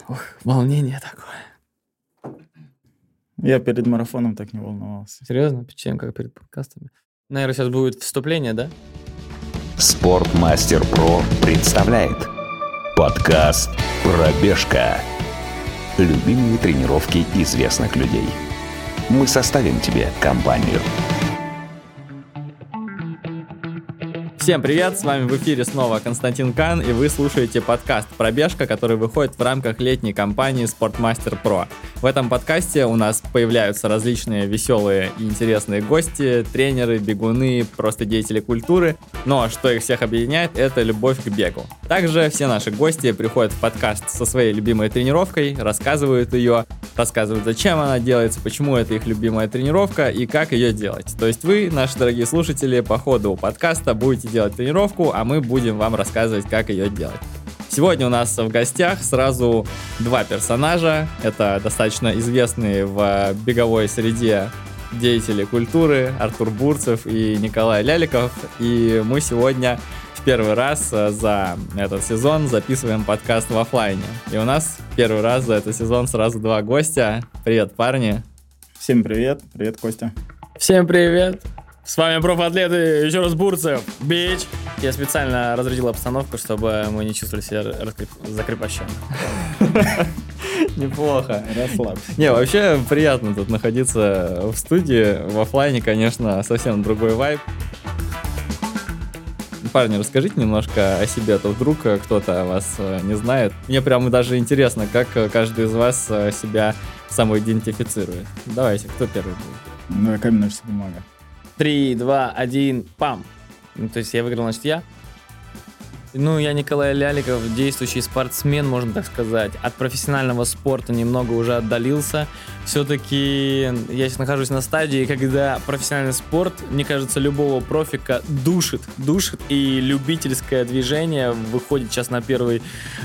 Волнение такое. Я перед марафоном так не волновался. Серьезно? Чем как перед подкастами? Наверное, сейчас будет вступление, да? Спортмастер Про представляет подкаст «Пробежка». Любимые тренировки известных людей. Мы составим тебе компанию. Всем привет, с вами в эфире снова Константин Кан, и вы слушаете подкаст «Пробежка», который выходит в рамках летней кампании «Спортмастер Про». В этом подкасте у нас появляются различные веселые и интересные гости, тренеры, бегуны, просто деятели культуры, но что их всех объединяет, это любовь к бегу. Также все наши гости приходят в подкаст со своей любимой тренировкой, рассказывают ее, рассказывают, зачем она делается, почему это их любимая тренировка и как ее делать. То есть вы, наши дорогие слушатели, по ходу подкаста будете делать тренировку, а мы будем вам рассказывать, как ее делать. Сегодня у нас в гостях сразу два персонажа. Это достаточно известные в беговой среде деятели культуры Артур Бурцев и Николай Ляликов. И мы сегодня в первый раз за этот сезон записываем подкаст в офлайне. И у нас первый раз за этот сезон сразу два гостя. Привет, парни. Всем привет. Привет, Костя. Всем привет. С вами профатлеты, еще раз Бурцев, бич. Я специально разрядил обстановку, чтобы мы не чувствовали себя закрепощенно. Неплохо. Расслабься. Не, вообще приятно тут находиться в студии. В офлайне, конечно, совсем другой вайб. Парни, расскажите немножко о себе, а то вдруг кто-то вас не знает. Мне прямо даже интересно, как каждый из вас себя самоидентифицирует. Давайте, кто первый будет? Ну, камень, ножницы, бумага. 3, 2, 1, пам. То есть я выиграл, значит, я. Ну, я Николай Ляликов, действующий спортсмен, можно так сказать. От профессионального спорта немного уже отдалился. Все-таки я сейчас нахожусь на стадии, когда профессиональный спорт, мне кажется, любого профика душит. И любительское движение выходит сейчас на первый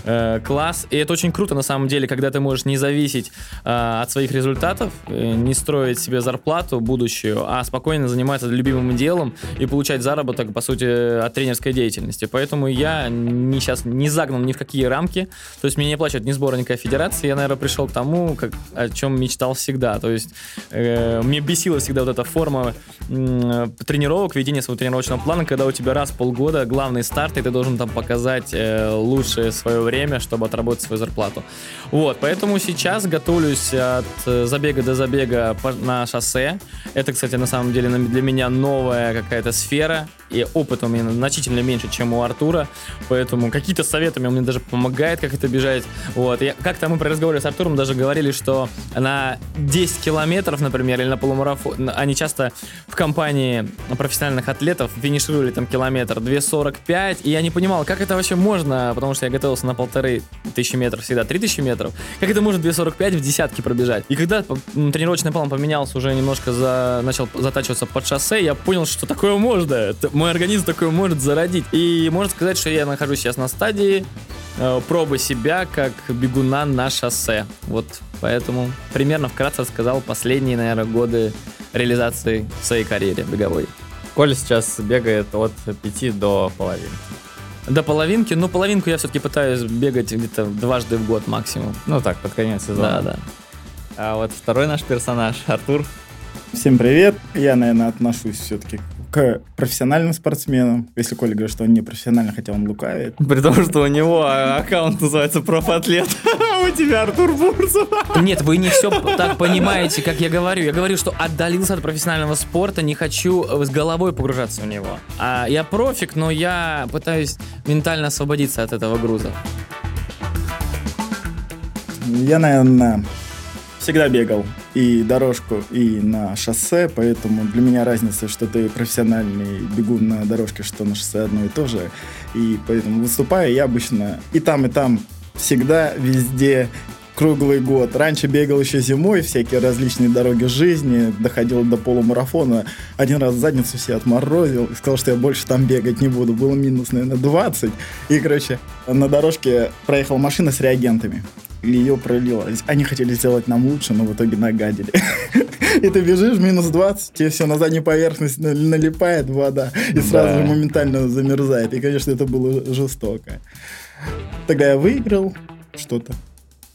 класс. И это очень круто, на самом деле, когда ты можешь не зависеть от своих результатов, не строить себе зарплату будущую, а спокойно заниматься любимым делом и получать заработок, по сути, от тренерской деятельности. Поэтому я сейчас не загнан ни в какие рамки. То есть мне не плачут ни сбора, никакой федерации. Я, наверное, пришел к тому, о чем мечтал всегда. То есть мне бесила всегда вот эта форма тренировок, ведения своего тренировочного плана, когда у тебя раз в полгода главный старт, и ты должен там показать лучшее свое время, чтобы отработать свою зарплату. Вот, поэтому сейчас готовлюсь от забега до забега на шоссе. Это, кстати, на самом деле для меня новая какая-то сфера, и опыта у меня значительно меньше, чем у Артура. Поэтому какие-то советами он мне даже помогает, как это бежать. Вот. Как-то мы при разговоре с Артуром даже говорили, что на 10 километров, например, или на полумарафон, они часто в компании профессиональных атлетов финишировали там километр 2:45, и я не понимал, как это вообще можно, потому что я готовился на 1500 метров всегда, 3000 метров, как это может 2:45 в десятке пробежать. И когда тренировочный план поменялся, уже немножко начал затачиваться под шоссе, я понял, что такое можно, мой организм такое может зародить. И можно сказать, что я нахожусь сейчас на стадии пробы себя как бегуна на шоссе. Вот поэтому примерно вкратце рассказал последние, наверное, годы реализации в своей карьере беговой. Коля сейчас бегает от 5 до половинки. До половинки? Ну, половинку я все-таки пытаюсь бегать где-то дважды в год максимум. Ну так, под конец сезона. Да. А вот второй наш персонаж, Артур. Всем привет. Я, наверное, отношусь все-таки к профессиональным спортсменам. Если Коля говорит, что он не профессиональный, хотя он лукавит. При том, что у него аккаунт называется профатлет. У тебя Артур Бурцев. Нет, вы не все так понимаете, как я говорю. Я говорю, что отдалился от профессионального спорта, не хочу с головой погружаться в него. Я профик, но я пытаюсь ментально освободиться от этого груза. Я, наверное, всегда бегал и дорожку, и на шоссе, поэтому для меня разница, что ты профессиональный бегун на дорожке, что на шоссе одно и то же. И поэтому выступаю я обычно и там, всегда, везде, круглый год. Раньше бегал еще зимой, всякие различные дороги жизни, доходил до полумарафона. Один раз задницу себе отморозил и сказал, что я больше там бегать не буду. Было минус, наверное, 20. И, короче, на дорожке проехала машина с реагентами. И ее пролило. Они хотели сделать нам лучше, но в итоге нагадили. И ты бежишь, минус 20, тебе все на заднюю поверхность налипает вода, и сразу моментально замерзает. И, конечно, это было жестоко. Тогда я выиграл что-то.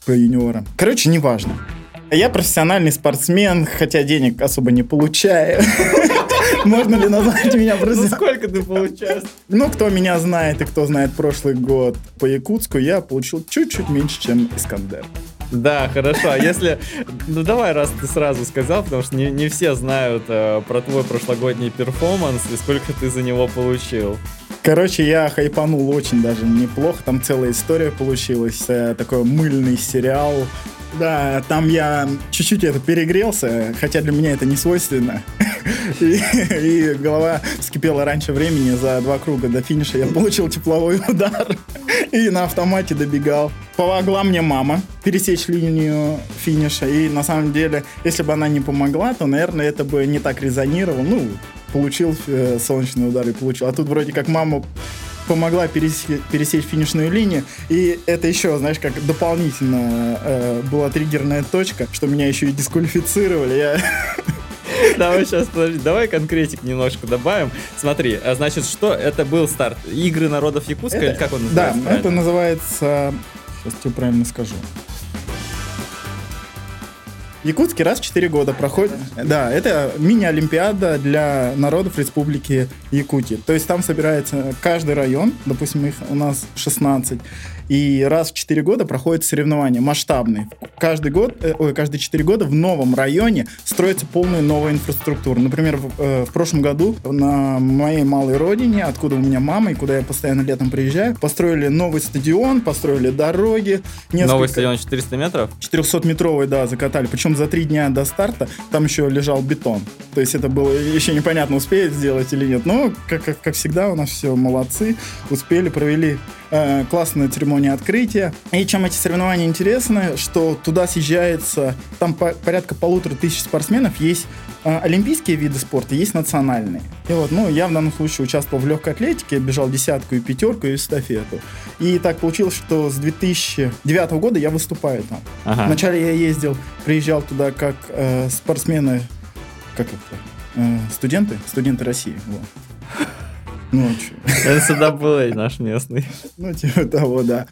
по юниорам. Короче, неважно. Я профессиональный спортсмен, хотя денег особо не получаю. Можно ли назвать меня профессионалом? Сколько ты получаешь? Ну, кто меня знает и кто знает прошлый год по Якутску, я получил чуть-чуть меньше, чем Искандер. Да, хорошо. А если... Ну, давай, раз ты сразу сказал, потому что не все знают про твой прошлогодний перформанс и сколько ты за него получил. Короче, я хайпанул очень даже неплохо. Там целая история получилась. Такой мыльный сериал. Да, там я чуть-чуть перегрелся, хотя для меня это не свойственно. И голова вскипела раньше времени. За 2 круга до финиша я получил тепловой удар и на автомате добегал. Помогла мне мама пересечь линию финиша. И на самом деле, если бы она не помогла, то, наверное, это бы не так резонировало. Ну, получил солнечный удар и получил. А тут вроде как мама помогла пересечь финишную линию. И это еще, знаешь, как дополнительно была триггерная точка, что меня еще и дисквалифицировали. Давай сейчас, подожди, давай конкретик немножко добавим. Смотри, значит, что это был старт? Игры народов Якутска, или как он называется? Да, это называется... Сейчас тебе правильно скажу. В Якутске раз в 4 года проходит... Да, это мини-олимпиада для народов Республики Якутия. То есть там собирается каждый район, допустим, их у нас 16, и раз в 4 года проходят соревнования масштабные. Каждый 4 года в новом районе строится полная новая инфраструктура. Например, в прошлом году на моей малой родине, откуда у меня мама и куда я постоянно летом приезжаю, построили новый стадион, построили дороги. Новый стадион 400 метров? 400-метровый, да, закатали. Причем за 3 дня до старта там еще лежал бетон. То есть это было еще непонятно, успеют сделать или нет. Но, как всегда, у нас все молодцы. Успели, провели классную церемонию открытия. И чем эти соревнования интересны, что туда съезжается, там порядка 1500 спортсменов. Есть олимпийские виды спорта, есть национальные. И вот, я в данном случае участвовал в легкой атлетике, бежал 10 и 5 и эстафету. И так получилось, что с 2009 года я выступаю там. Ага. Вначале я приезжал туда как спортсмены, студенты России. Вот. NCAA наш местный. Типа того, да.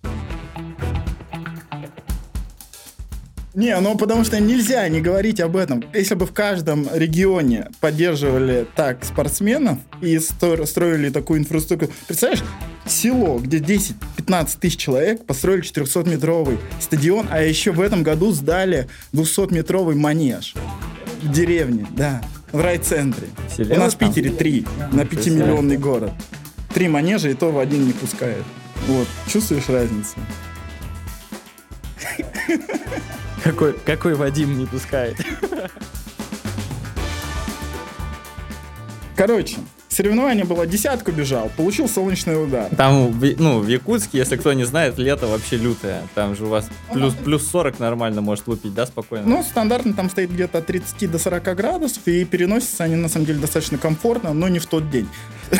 Потому что нельзя не говорить об этом. Если бы в каждом регионе поддерживали так спортсменов и строили такую инфраструктуру. Представляешь, село, где 10-15 тысяч человек, построили 400-метровый стадион, а еще в этом году сдали 200-метровый манеж. В деревне, да. В райцентре. У нас в Питере 3 на 5-миллионный город. 3 манежа, и то в один не пускают. Вот. Чувствуешь разницу? Какой Вадим не пускает? Короче, соревнование было, 10 бежал, получил солнечный удар. Там, в Якутске, если кто не знает, лето вообще лютое. Там же у вас плюс 40 нормально может лупить, да, спокойно? Стандартно там стоит где-то от 30 до 40 градусов, и переносятся они, на самом деле, достаточно комфортно, но не в тот день.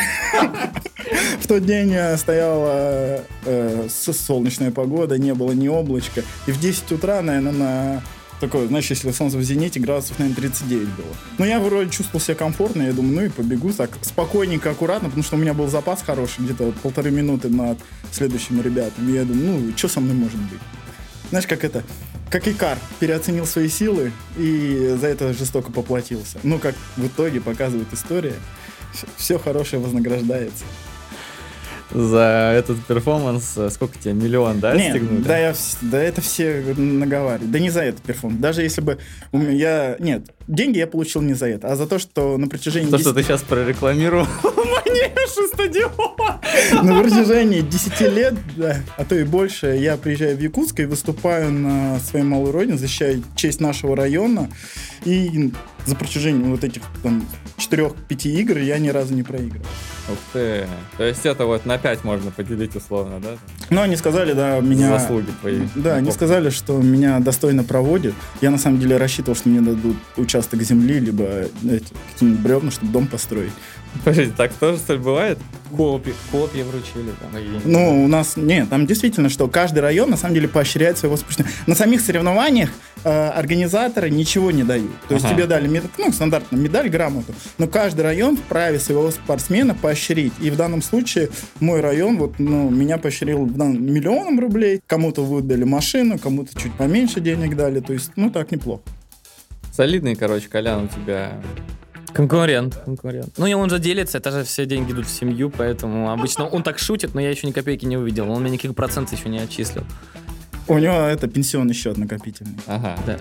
В тот день стояла солнечная погода, не было ни облачка. И в 10 утра, наверное, такое, знаешь, если солнце в зените, градусов, наверное, 39 было. Но я вроде чувствовал себя комфортно, я думаю, и побегу так спокойненько, аккуратно, потому что у меня был запас хороший, где-то 1,5 минуты над следующими ребятами. И я думаю, что со мной может быть? Знаешь, как Икар переоценил свои силы и за это жестоко поплатился. Как в итоге показывает история, все хорошее вознаграждается. За этот перформанс сколько тебе, 1 миллион, да, стегнули? Да, это все наговаривают. Да не за этот перформанс. Даже если бы Нет, деньги я получил не за это, а за то, что на протяжении... что ты сейчас прорекламировал манеж и стадион. На протяжении 10 лет, да, а то и больше, я приезжаю в Якутск и выступаю на своей малой родине, защищаю честь нашего района. И за протяжении вот этих 4-5 игр я ни разу не проигрывал. Ух ты. То есть это вот на 5 можно поделить условно, да? Они сказали, да, меня... Заслуги твои. Да, они сказали, что меня достойно проводят. Я на самом деле рассчитывал, что мне дадут участок земли, либо какие-нибудь бревна, чтобы дом построить. Подожди, так тоже, что ли, бывает? Копья вручили там. У нас... Нет, там действительно, что каждый район, на самом деле, поощряет своего спортсмена. На самих соревнованиях организаторы ничего не дают. То есть тебе дали стандартную медаль, грамоту, но каждый район вправе своего спортсмена поощрить. И в данном случае мой район меня поощрил 1 миллионом рублей, кому-то выдали машину, кому-то чуть поменьше денег дали. То есть, так неплохо. Солидный, Колян, у тебя... Конкурент. Ну и он же делится, это же все деньги идут в семью, поэтому обычно он так шутит, но я еще ни копейки не увидел, он мне никаких процентов еще не отчислил. У него пенсионный счет накопительный. Ага. Да.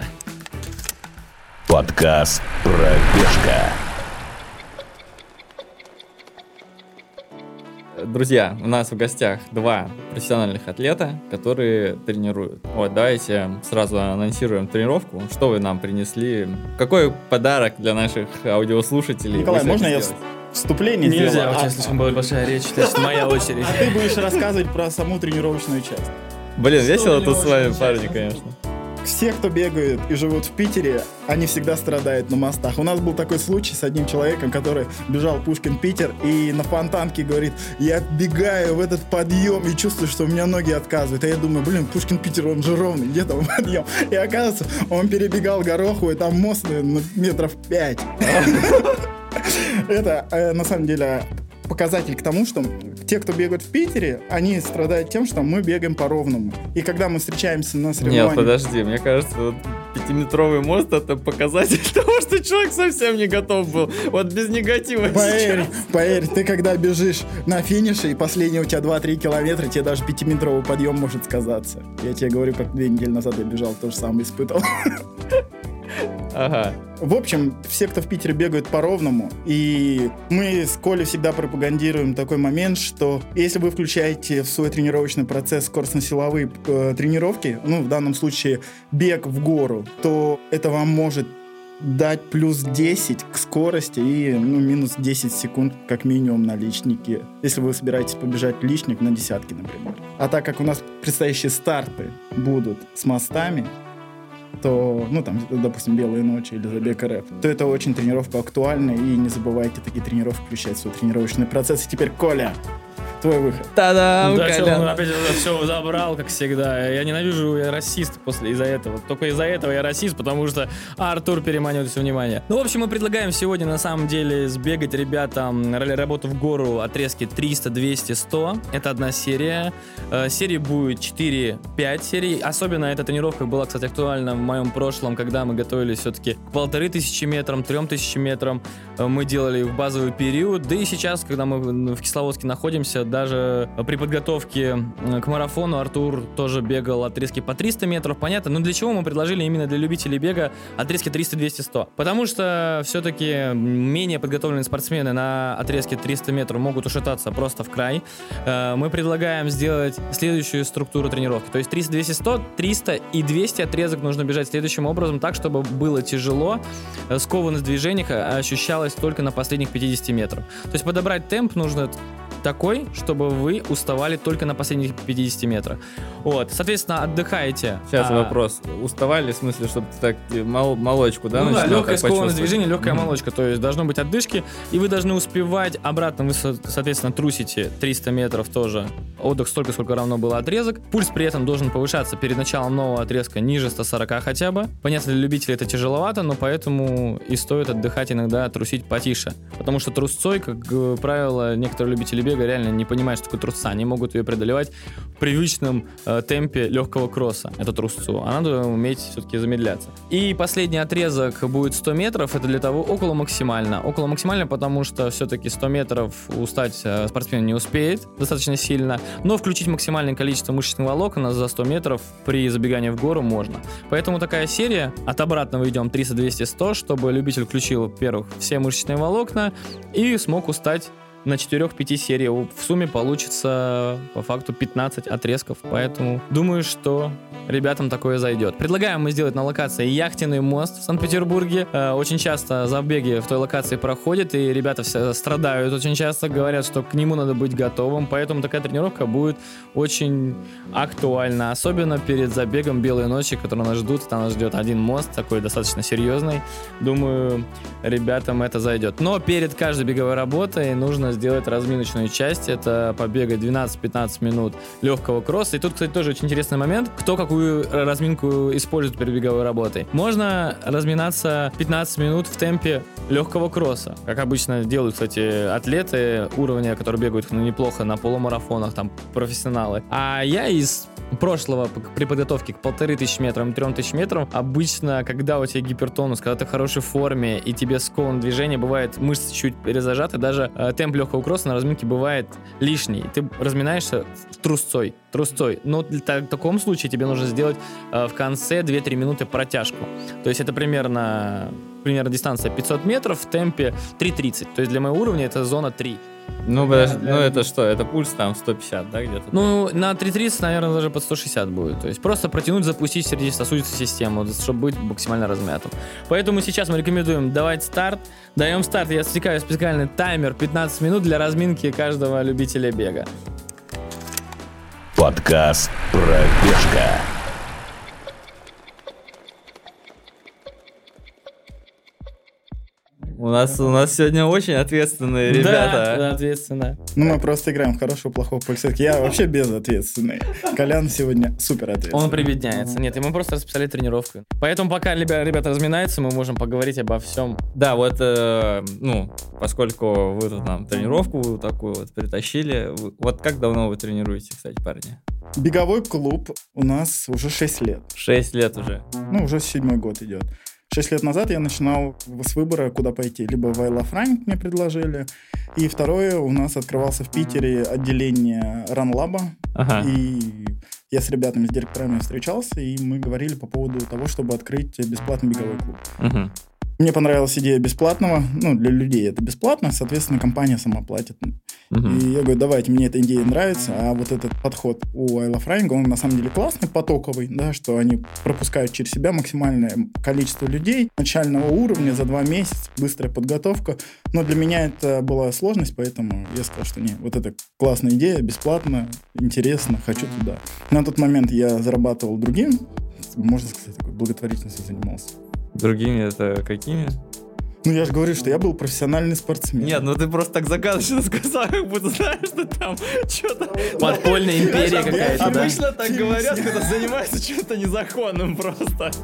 Подкаст «Пробежка». Друзья, у нас в гостях 2 профессиональных атлета, которые тренируют. Давайте сразу анонсируем тренировку. Что вы нам принесли? Какой подарок для наших аудиослушателей? Николай, можно я вступление сделаю? Нельзя, у тебя слишком большая речь, это моя очередь. А ты будешь рассказывать про саму тренировочную часть. Блин, весело тут с вами, парни, конечно. Все, кто бегают и живут в Питере, они всегда страдают на мостах. У нас был такой случай с одним человеком, который бежал Пушкин-Питер и на Фонтанке говорит: я бегаю в этот подъем и чувствую, что у меня ноги отказывают. А я думаю, Пушкин-Питер, он же ровный, где там подъем? И оказывается, он перебегал Горохову, и там мост метров 5. Это, на самом деле, показатель к тому, что те, кто бегают в Питере, они страдают тем, что мы бегаем по-ровному. И когда мы встречаемся на соревнованиях... Нет, подожди, мне кажется, 5-метровый мост — это показатель того, что человек совсем не готов был. Без негатива. Поверь, ты когда бежишь на финише, и последние у тебя 2-3 километра, тебе даже 5-метровый подъем может сказаться. Я тебе говорю, как 2 недели назад я бежал, то же самое испытывал. Ага. В общем, все, кто в Питере, бегают по-ровному. И мы с Колей всегда пропагандируем такой момент, что если вы включаете в свой тренировочный процесс скоростно-силовые тренировки, в данном случае бег в гору, то это вам может дать плюс 10 к скорости и минус 10 секунд как минимум на личнике, если вы собираетесь побежать личник на десятки, например. А так как у нас предстоящие старты будут с мостами, то, допустим, «Белые ночи» или «Забег РФ», то это очень тренировка актуальна, и не забывайте такие тренировки включать в свой тренировочный процесс. И теперь, Коля, твой выход. Та-дам! Да, он опять все забрал, как всегда. Я ненавижу, я расист из-за этого. Только из-за этого я расист, потому что Артур переманивает все внимание. В общем, мы предлагаем сегодня, на самом деле, сбегать ребятам работу в гору, отрезки 300, 200, 100. Это одна серия. Серии будет 4-5 серий. Особенно эта тренировка была, кстати, актуальна в моем прошлом, когда мы готовились все-таки к 1500 метрам, 3000 метрам. Мы делали в базовый период. Да и сейчас, когда мы в Кисловодске находимся, даже при подготовке к марафону Артур тоже бегал отрезки по 300 метров, понятно. Но для чего мы предложили именно для любителей бега отрезки 300, 200, 100? Потому что все-таки менее подготовленные спортсмены на отрезке 300 метров могут ушататься просто в край. Мы предлагаем сделать следующую структуру тренировки. То есть 300, 200, 100, 300 и 200 отрезок нужно бежать следующим образом, так, чтобы было тяжело. Скованность в движениях ощущалась только на последних 50 метров. То есть подобрать темп нужно такой, чтобы вы уставали только на последних 50 метрах. Соответственно, отдыхаете. Сейчас вопрос. Уставали, в смысле, чтобы так молочку, да? Легкая скованность движения, легкая молочка. То есть должно быть отдышки, и вы должны успевать обратно. Вы, соответственно, трусите 300 метров тоже. Отдых столько, сколько равно было отрезок. Пульс при этом должен повышаться перед началом нового отрезка ниже 140 хотя бы. Понятно, для любителей это тяжеловато, но поэтому и стоит отдыхать иногда, трусить потише. Потому что трусцой, как правило, некоторые любители бега реально не понимают, что такое трусца. Они могут ее преодолевать в привычном темпе легкого кросса, эту трусцу. А надо уметь все-таки замедляться. И последний отрезок будет 100 метров. Это для того около максимально. Около максимально, потому что все-таки 100 метров устать спортсмен не успеет достаточно сильно. Но включить максимальное количество мышечных волокон за 100 метров при забегании в гору можно. Поэтому такая серия. От обратного идем 300, 200, 100, чтобы любитель включил, во-первых, все мышечные волокна и смог устать на 4-5 серий. В сумме получится по факту 15 отрезков, поэтому думаю, что ребятам такое зайдет. Предлагаем мы сделать на локации Яхтенный мост в Санкт-Петербурге. Очень часто забеги в той локации проходят, и ребята все страдают очень часто, говорят, что к нему надо быть готовым, поэтому такая тренировка будет очень актуальна, особенно перед забегом «Белые ночи», которые нас ждут. Там нас ждет один мост, такой достаточно серьезный. Думаю, ребятам это зайдет. Но перед каждой беговой работой нужно можно сделать разминочную часть. Это побегать 12-15 минут легкого кросса. И тут, кстати, тоже очень интересный момент, кто какую разминку использует перед беговой работой. Можно разминаться 15 минут в темпе легкого кросса. Как обычно делают, кстати, атлеты уровня, которые бегают неплохо на полумарафонах, там, профессионалы. А я из прошлого при подготовке к 1500 метрам, 3000 метрам, обычно, когда у тебя гипертонус, когда ты в хорошей форме и тебе склон движения, бывает мышцы чуть перезажаты, даже темп легкого кросса на разминке бывает лишний. Ты разминаешься трусцой. Но в таком случае тебе нужно сделать в конце 2-3 минуты протяжку. То есть это примерно дистанция 500 метров в темпе 3:30. То есть для моего уровня это зона 3. Ну, подожди, это что? Это пульс там 150, да, где-то? Ну, на 3:30, наверное, даже под 160 будет. То есть просто протянуть, запустить сердечно-сосудистую систему, чтобы быть максимально размятым. Поэтому сейчас мы рекомендуем давать старт. Даем старт. Я отсекаю специальный таймер 15 минут для разминки каждого любителя бега. Подкаст «Пробежка». У нас сегодня очень ответственные ребята. Да, ответственно. Ну, мы просто играем в хорошего, плохого пульсетки. Я вообще безответственный. Колян сегодня супер ответственный. Он прибедняется. Нет, ему просто расписали тренировку. Поэтому пока ребята разминаются, мы можем поговорить обо всем. Да, вот, поскольку вы тут нам тренировку такую вот притащили, вот как давно вы тренируете, кстати, парни? Беговой клуб у нас уже 6 лет. 6 лет уже. Ну, уже 7-й год идет. 6 лет назад я начинал с выбора, куда пойти. Либо в I Love Running мне предложили, и второе, у нас открывался в Питере отделение RunLab, и я с ребятами, с директорами встречался, и мы говорили по поводу того, чтобы открыть бесплатный беговой клуб. Мне понравилась идея бесплатного, для людей это бесплатно, соответственно, компания сама платит. И я говорю, давайте, мне эта идея нравится, а вот этот подход у I Love Running, он на самом деле классный, потоковый, да, что они пропускают через себя максимальное количество людей начального уровня за 2 месяца, быстрая подготовка. Но для меня это была сложность, поэтому я сказал, что нет, вот это классная идея, бесплатно, интересно, хочу туда. На тот момент я зарабатывал другим, можно сказать, такой благотворительностью занимался. Другими это какими? Ну, я же говорю, что я был профессиональный спортсмен. Нет, ты просто так загадочно сказал, как будто знаешь, что там что-то... Подпольная империя какая-то, да? Обычно так говорят, когда занимаются чем-то незаконным просто.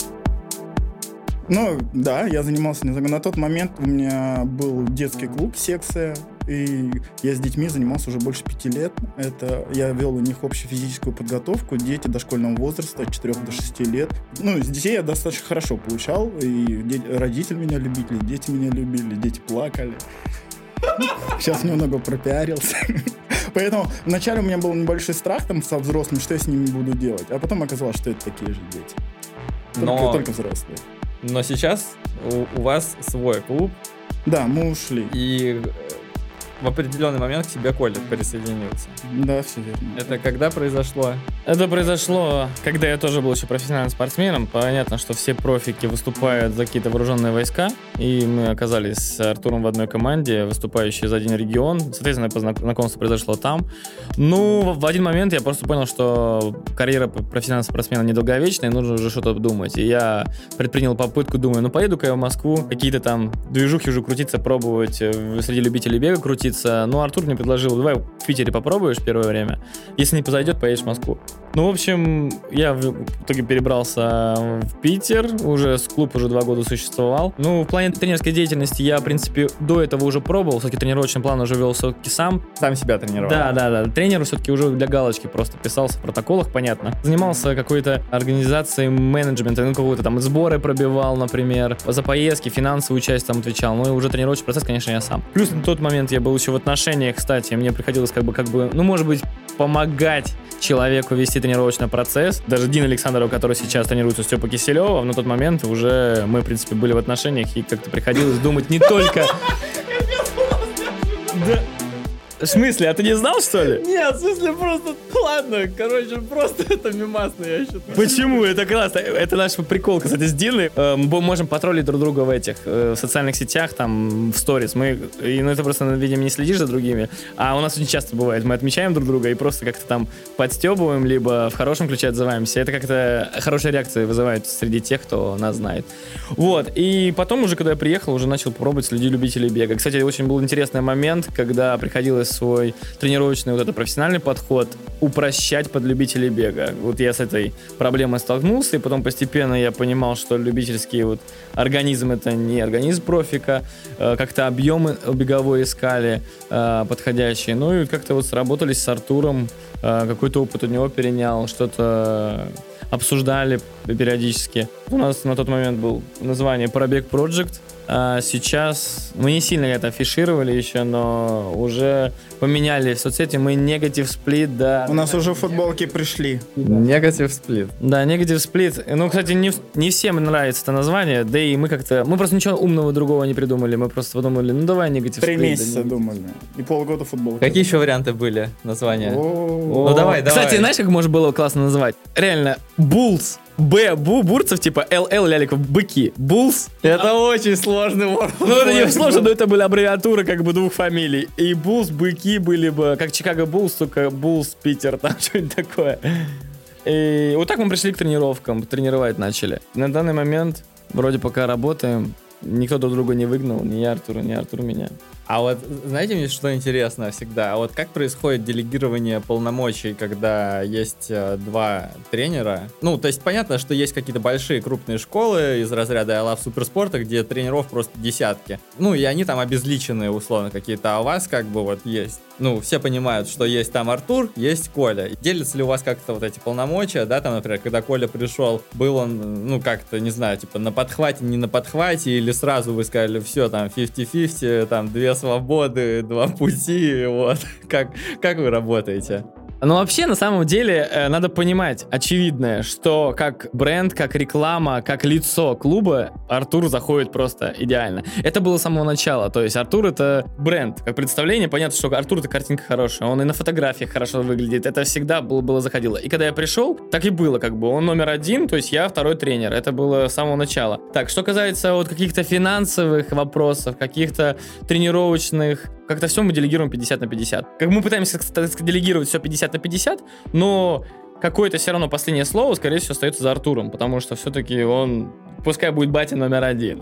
Ну, да, я занимался незаконно. На тот момент у меня был детский клуб, секция, и я с детьми занимался уже больше 5 лет. Это я вел у них общую физическую подготовку, дети дошкольного возраста, от 4 до 6 лет. Ну, с детей я достаточно хорошо получал, и родители меня любили, дети меня любили, дети плакали. Сейчас немного пропиарился. Поэтому вначале у меня был небольшой страх там со взрослыми, что я с ними буду делать. А потом оказалось, что это такие же дети. Только взрослые. Но сейчас у вас свой клуб. Да, мы ушли. И в определенный момент к тебе Коля присоединился. Да, все верно. Это когда произошло? Это произошло, когда я тоже был еще профессиональным спортсменом. Понятно, что все профики выступают за какие-то вооруженные войска. И мы оказались с Артуром в одной команде, выступающие за один регион. Соответственно, знакомство произошло там. Ну, в один момент я просто понял, что карьера профессионального спортсмена недолговечная, и нужно уже что-то думать. И я предпринял попытку, думаю, поеду-ка я в Москву, какие-то там движухи уже крутиться, пробовать, среди любителей бега крутиться. Ну, Артур мне предложил, давай в Питере попробуешь первое время. Если не подойдет, поедешь в Москву. Ну, в общем, я в итоге перебрался в Питер. Клуб уже 2 года существовал. Ну, в плане тренерской деятельности я, в принципе, до этого уже пробовал. Все-таки тренировочный план уже вел все-таки сам. Сам себя тренировал. Да. Тренер все-таки уже для галочки просто писался в протоколах, понятно. Занимался какой-то организацией менеджмента, какого-то там сборы пробивал, например. За поездки, финансовую часть там отвечал. Ну, и уже тренировочный процесс, конечно, я сам. Плюс на тот момент я был еще в отношениях, кстати. Мне приходилось может быть, помогать человеку вести тренировочный процесс. Даже Дин Александров, который сейчас тренируется с Степой Киселевым, на тот момент уже мы, в принципе, были в отношениях, и как-то приходилось думать не только... В смысле, а ты не знал, что ли? Нет, в смысле, просто Ладно, короче, просто это мемасно, я считаю. Почему? Это классно. Это наш прикол, кстати, с Диной. Мы можем потроллить друг друга в этих в социальных сетях, там, в сторис. Это просто, видимо, не следишь за другими. А у нас очень часто бывает. Мы отмечаем друг друга и просто как-то там подстебываем, либо в хорошем ключе отзываемся. Это как-то хорошая реакция вызывает среди тех, кто нас знает. Вот. И потом уже, когда я приехал, уже начал пробовать среди любителей бега. Кстати, очень был интересный момент, когда приходилось свой тренировочный вот этот профессиональный подход упрощать под любителей бега. Вот я с этой проблемой столкнулся, и потом постепенно я понимал, что любительский вот организм — это не организм профика, как-то объемы беговой искали подходящие. Ну и как-то вот сработались с Артуром, какой-то опыт у него перенял, что-то обсуждали периодически. У нас на тот момент был название «Пробег Project». А сейчас мы не сильно это афишировали еще, но уже поменяли в соцсети. Мы Negative Split, да. У нас уже футболки пришли. Negative Split. Да, Negative Split. Ну, кстати, не всем нравится это название, да и мы просто ничего умного другого не придумали. Мы просто подумали, ну давай Negative Split. 3 месяца думали. И полгода футболки. Какие еще варианты были названия? Ну давай. Кстати, знаешь, как можно было классно называть? Реально, Bulls. Бурцев, типа ЛЛ Ляликов, быки. Булс. Это очень сложный вор. Ну, это не сложно, но это были аббревиатуры как бы двух фамилий. И Булс, быки были бы, как Чикаго Булс, только Булс, Питер, там что-нибудь такое. И вот так мы пришли к тренировкам, тренировать начали. На данный момент вроде пока работаем. Никто друг друга не выгнал, ни я Артура, ни Артур меня. А вот знаете, мне что интересно всегда? А вот как происходит делегирование полномочий, когда есть 2 тренера? Ну, то есть понятно, что есть какие-то большие крупные школы из разряда I Love Суперспорта, где тренеров просто десятки. Ну, и они там обезличенные условно какие-то, а у вас как бы вот есть. Ну, все понимают, что есть там Артур, есть Коля. Делятся ли у вас как-то вот эти полномочия, да, там, например, когда Коля пришел, был он, ну, как-то, не знаю, типа на подхвате, не на подхвате, или сразу вы сказали, все, там, 50-50, там, 2 свободы, 2 пути, вот. Как вы работаете? Ну, вообще, на самом деле, надо понимать очевидное, что как бренд, как реклама, как лицо клуба Артур заходит просто идеально. Это было с самого начала. То есть Артур — это бренд. Как представление, понятно, что Артур — это картинка хорошая. Он и на фотографиях хорошо выглядит. Это всегда было заходило. И когда я пришел, так и было как бы. Он номер 1, то есть я 2-й тренер. Это было с самого начала. Так, что касается вот каких-то финансовых вопросов, каких-то тренировочных, как-то все мы делегируем 50 на 50. Как мы пытаемся делегировать все 50 на 50, но какое-то все равно последнее слово, скорее всего, остается за Артуром, потому что все-таки он, пускай будет батя номер 1.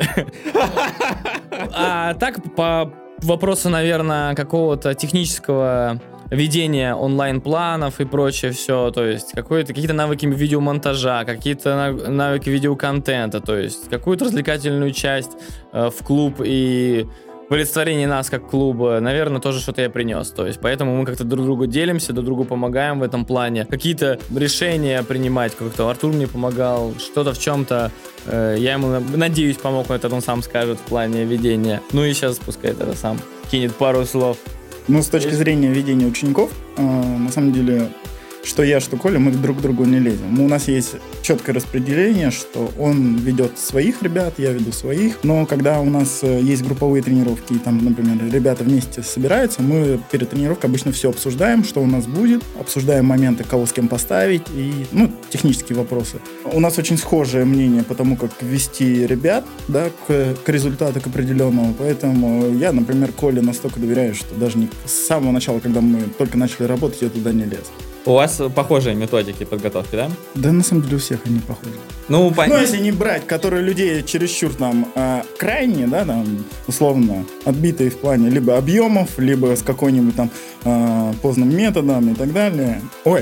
А так, по вопросу, наверное, какого-то технического ведения онлайн-планов и прочее все, то есть какие-то навыки видеомонтажа, какие-то навыки видеоконтента, то есть какую-то развлекательную часть в клуб и в олицетворении нас как клуба, наверное, тоже что-то я принес. То есть, поэтому мы как-то друг другу делимся, друг другу помогаем в этом плане. Какие-то решения принимать, как-то Артур мне помогал, что-то в чем-то. Я ему, надеюсь, помог, это он сам скажет в плане ведения. Ну и сейчас пускай это сам кинет пару слов. Ну, с точки зрения ведения учеников, на самом деле, что я, что Коля, мы друг к другу не лезем. У нас есть четкое распределение, что он ведет своих ребят, я веду своих. Но когда у нас есть групповые тренировки, и там, например, ребята вместе собираются, мы перед тренировкой обычно все обсуждаем, что у нас будет, обсуждаем моменты, кого с кем поставить, и, технические вопросы. У нас очень схожее мнение по тому, как вести ребят, да, к результату, к определенному. Поэтому я, например, Коле настолько доверяю, что даже с самого начала, когда мы только начали работать, я туда не лез. У вас похожие методики подготовки, да? Да, на самом деле у всех они похожи. Ну, если не брать, которые людей чересчур там крайние, да, там, условно, отбитые в плане либо объемов, либо с какой-нибудь там поздним методом и так далее. Ой.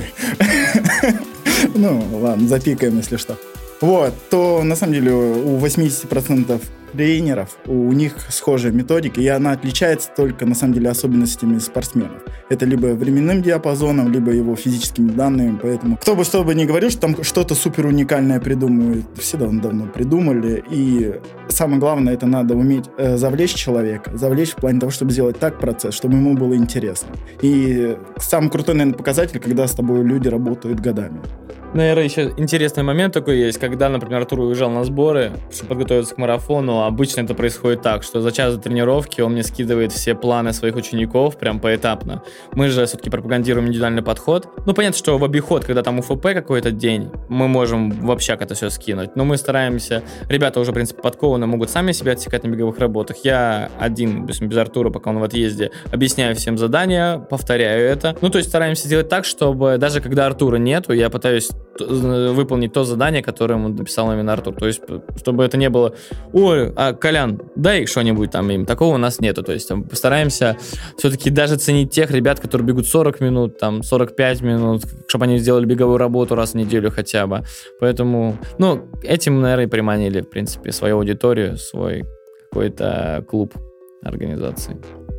Ну, ладно, запикаем, если что. Вот, то на самом деле у 80% тренеров, у них схожая методика, и она отличается только, на самом деле, особенностями спортсменов. Это либо временным диапазоном, либо его физическими данными, поэтому кто бы что бы ни говорил, что там что-то супер уникальное придумывают, все давно придумали, и самое главное, это надо уметь завлечь человека, завлечь в плане того, чтобы сделать так процесс, чтобы ему было интересно. И самый крутой, наверное, показатель, когда с тобой люди работают годами. Наверное, еще интересный момент такой есть, когда, например, Артур уезжал на сборы, чтобы подготовиться к марафону, обычно это происходит так, что за час до тренировки он мне скидывает все планы своих учеников прям поэтапно. Мы же все-таки пропагандируем индивидуальный подход. Ну, понятно, что в обиход, когда там УФП какой-то день, мы можем в общак это все скинуть, но мы стараемся, ребята уже, в принципе, подкованы, могут сами себя отсекать на беговых работах. Я один, без Артура, пока он в отъезде, объясняю всем задания, повторяю это. Ну, то есть стараемся делать так, чтобы даже когда Артура нету, я пытаюсь выполнить то задание, которое ему написал именно Артур. То есть, чтобы это не было: ой, Колян, дай что-нибудь там им. Такого у нас нету. То есть, постараемся все-таки даже ценить тех ребят, которые бегут 40 минут, там, 45 минут, чтобы они сделали беговую работу раз в неделю хотя бы. Поэтому, ну, этим, наверное, и приманили, в принципе, свою аудиторию, свой какой-то клуб организации.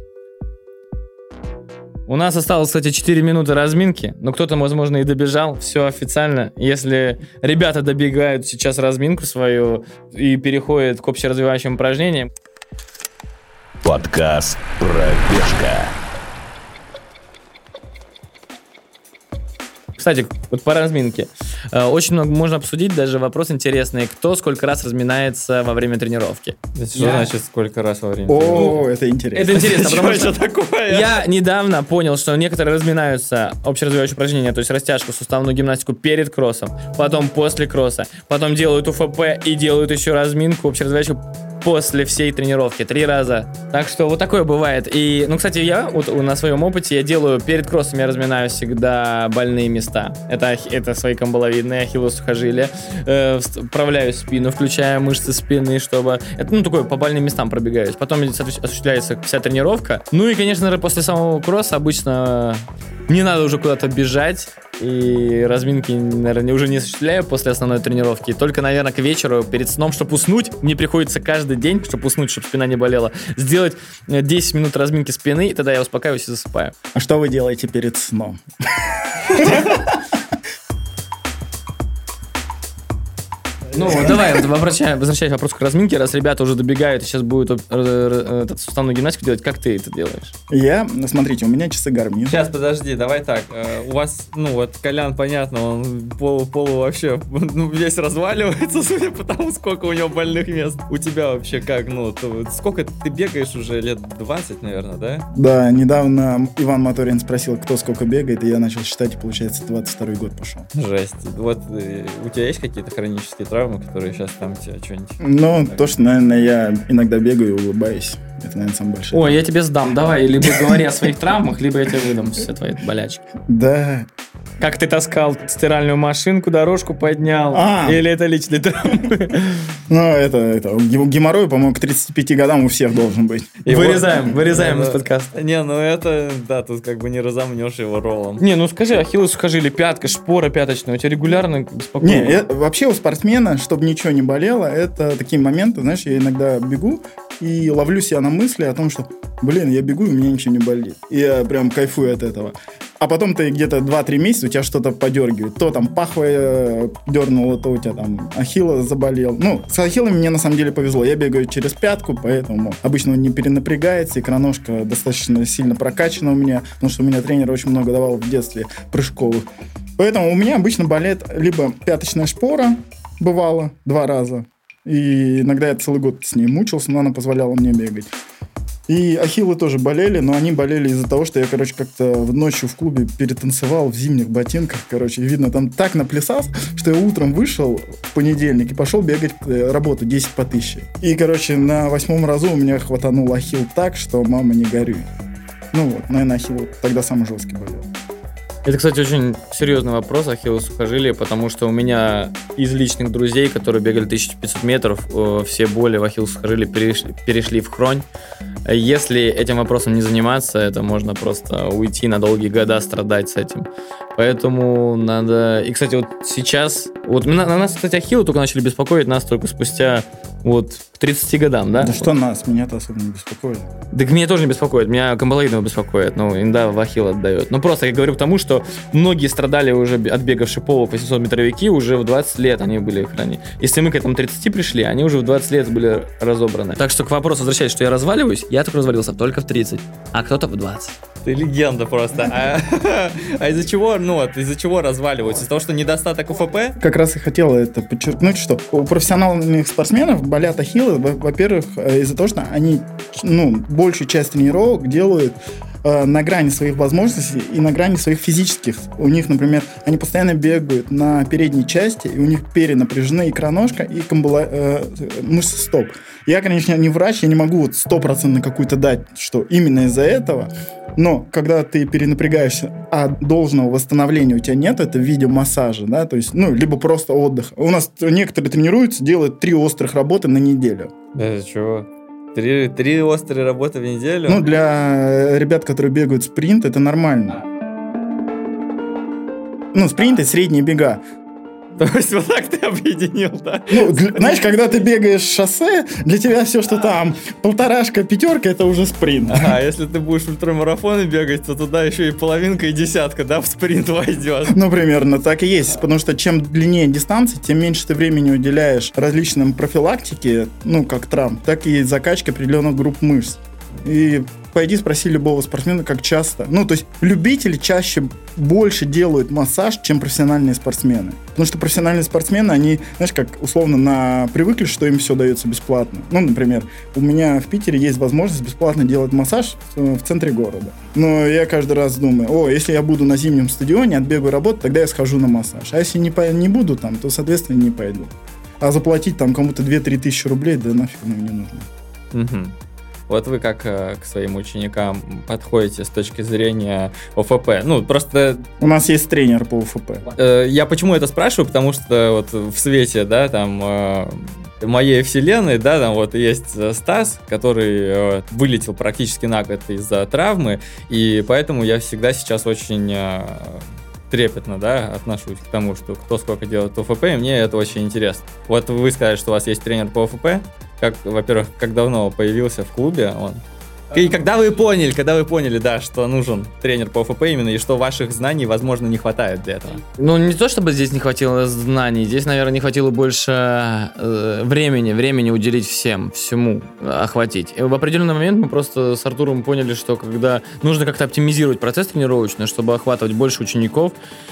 У нас осталось, кстати, 4 минуты разминки, но кто-то, возможно, и добежал. Все официально. Если ребята добегают сейчас разминку свою и переходят к общеразвивающим упражнениям. Подкаст «Пробежка». Кстати, вот по разминке. Очень много можно обсудить, даже вопрос интересный. Кто сколько раз разминается во время тренировки? Что значит сколько раз во время тренировки? О, это интересно. Это интересно, потому что такое? Я недавно понял, что некоторые разминаются общеразвивающие упражнения, то есть растяжку, суставную гимнастику перед кроссом, потом после кросса, потом делают УФП и делают еще разминку общеразвивающую после всей тренировки 3 раза. Так что вот такое бывает. И, ну, кстати, я вот на своем опыте я делаю перед кроссом, я разминаю всегда больные места. Это свои камбаловидные, ахиллес, сухожилия. Вправляю спину, включая мышцы спины, чтобы... Это, ну, такое, по больным местам пробегаюсь. Потом осуществляется вся тренировка. Ну и, конечно же, после самого кросса обычно мне надо уже куда-то бежать. И разминки, наверное, уже не осуществляю после основной тренировки. Только, наверное, к вечеру, перед сном, чтобы уснуть, мне приходится каждый день, чтобы уснуть, чтобы спина не болела, сделать 10 минут разминки спины, и тогда я успокаиваюсь и засыпаю. А что вы делаете перед сном? Ну, давай, возвращаясь к вопросу к разминке, раз ребята уже добегают и сейчас будут суставную гимнастику делать, как ты это делаешь? Смотрите, у меня часы Garmin. Сейчас, подожди, давай так. У вас, ну вот, Колян, понятно, он полу вообще весь разваливается, судя по тому, сколько у него больных мест. У тебя вообще как, сколько ты бегаешь уже? Лет 20, наверное, да? Да, недавно Иван Моторин спросил, кто сколько бегает, и я начал считать, и получается, 22-й год пошел. Жесть. Вот у тебя есть какие-то хронические травмы, которые сейчас там тебе что-нибудь... Ну, то, что, наверное, я иногда бегаю и улыбаюсь. Это, наверное, самое большое. Ой, я тебе сдам. Давай, либо говори о своих травмах, либо я тебе выдам все твои болячки. Да. Как ты таскал стиральную машинку, дорожку поднял? Или это личные травмы? Ну, это геморрой, по-моему, к 35 годам у всех должен быть. Вырезаем из подкаста. Не, это, да, тут как бы не разомнешь его роллом. Не, скажи, ахиллес, сухожилие, пятка, шпора пяточная, у тебя регулярно беспокоит? Не, вообще у спортсмена, чтобы ничего не болело, это такие моменты, знаешь, я иногда бегу и ловлю себя на мысли о том, что, я бегу, и у меня ничего не болит. И я прям кайфую от этого. А потом ты где-то 2-3 месяца, у тебя что-то подергивает. То там пахвая дернуло, то у тебя там ахилл заболел. С ахиллами мне на самом деле повезло. Я бегаю через пятку, поэтому обычно он не перенапрягается. Икроножка достаточно сильно прокачана у меня, потому что у меня тренер очень много давал в детстве прыжковых. Поэтому у меня обычно болит либо пяточная шпора, бывало 2 раза. И иногда я целый год с ней мучился, но она позволяла мне бегать. И ахиллы тоже болели, но они болели из-за того, что я, как-то ночью в клубе перетанцевал в зимних ботинках, и видно, там так наплясался, что я утром вышел в понедельник и пошел бегать работу 10 по 1000. И, на 8-м разу у меня хватанул ахилл так, что мама не горюй. Наверное, ахилл тогда самый жесткий болел. Это, кстати, очень серьезный вопрос ахиллес сухожилия, потому что у меня из личных друзей, которые бегали 1500 метров, все боли в ахиллес сухожилии перешли в хронь. Если этим вопросом не заниматься, это можно просто уйти на долгие года, страдать с этим. Поэтому надо... И, кстати, вот сейчас... Вот на нас, кстати, ахиллы только начали беспокоить, нас только спустя к 30 годам, да? Да что нас? Меня-то особо не беспокоит. Да меня тоже не беспокоит, меня камбалоидного беспокоит, иногда в ахилл отдает. Просто я говорю к тому, что многие страдали уже от бега в шиповых 800-метровики уже в 20 лет они были в хроне. Если мы к этому 30 пришли, они уже в 20 лет были разобраны. Так что к вопросу возвращаясь, что я разваливаюсь, я только развалился только в 30, а кто-то в 20. Ты легенда просто. А из-за чего, из-за чего разваливаются? Из-за того, что недостаток УФП? Как раз и хотел это подчеркнуть, что у профессиональных спортсменов болят ахиллы, во-первых, из-за того, что они, большую часть тренировок делают на грани своих возможностей и на грани своих физических. У них, например, они постоянно бегают на передней части, и у них перенапряжены икроножка и мышцы стоп. Я, конечно, не врач, я не могу 100% какую-то дать, что именно из-за этого, но когда ты перенапрягаешься, а должного восстановления у тебя нет, это в виде массажа, да, то есть, либо просто отдых. У нас некоторые тренируются, делают 3 острых работы на неделю. Да, чего? 3 острые работы в неделю? Для ребят, которые бегают спринт, это нормально. Спринт и средние бега. То есть вот так ты объединил, да? Знаешь, когда ты бегаешь шоссе, для тебя все, что там 1,5, 5, это уже спринт. А если ты будешь ультрамарафоны бегать, то туда еще и половинка, и 10, да, в спринт войдет. Примерно так и есть, потому что чем длиннее дистанция, тем меньше ты времени уделяешь различным профилактике, как травм, так и закачке определенных групп мышц. И пойди спроси любого спортсмена, как часто. То есть любители чаще больше делают массаж, чем профессиональные спортсмены. Потому что профессиональные спортсмены, они, знаешь, как условно привыкли, что им все дается бесплатно. Например, у меня в Питере есть возможность бесплатно делать массаж в центре города. Но я каждый раз думаю, если я буду на зимнем стадионе, отбегаю работу, тогда я схожу на массаж. А если не буду там, то, соответственно, не пойду. А заплатить там кому-то 2-3 тысячи рублей, да нафиг нам не нужно. Угу. Вот вы как к своим ученикам подходите с точки зрения ОФП? Просто... У нас есть тренер по ОФП. Я почему это спрашиваю? Потому что вот в свете, да, там... моей вселенной, да, там вот есть Стас, который вылетел практически на год из-за травмы, и поэтому я всегда сейчас очень трепетно, да, отношусь к тому, что кто сколько делает ОФП, и мне это очень интересно. Вот вы сказали, что у вас есть тренер по ОФП. Во-первых, как давно появился в клубе он? И когда вы поняли, да, что нужен тренер по ОФП именно, и что ваших знаний, возможно, не хватает для этого? Не то, чтобы здесь не хватило знаний, здесь, наверное, не хватило больше времени уделить всему охватить. И в определенный момент мы просто с Артуром поняли, что когда нужно как-то оптимизировать процесс тренировочный, чтобы охватывать больше учеников,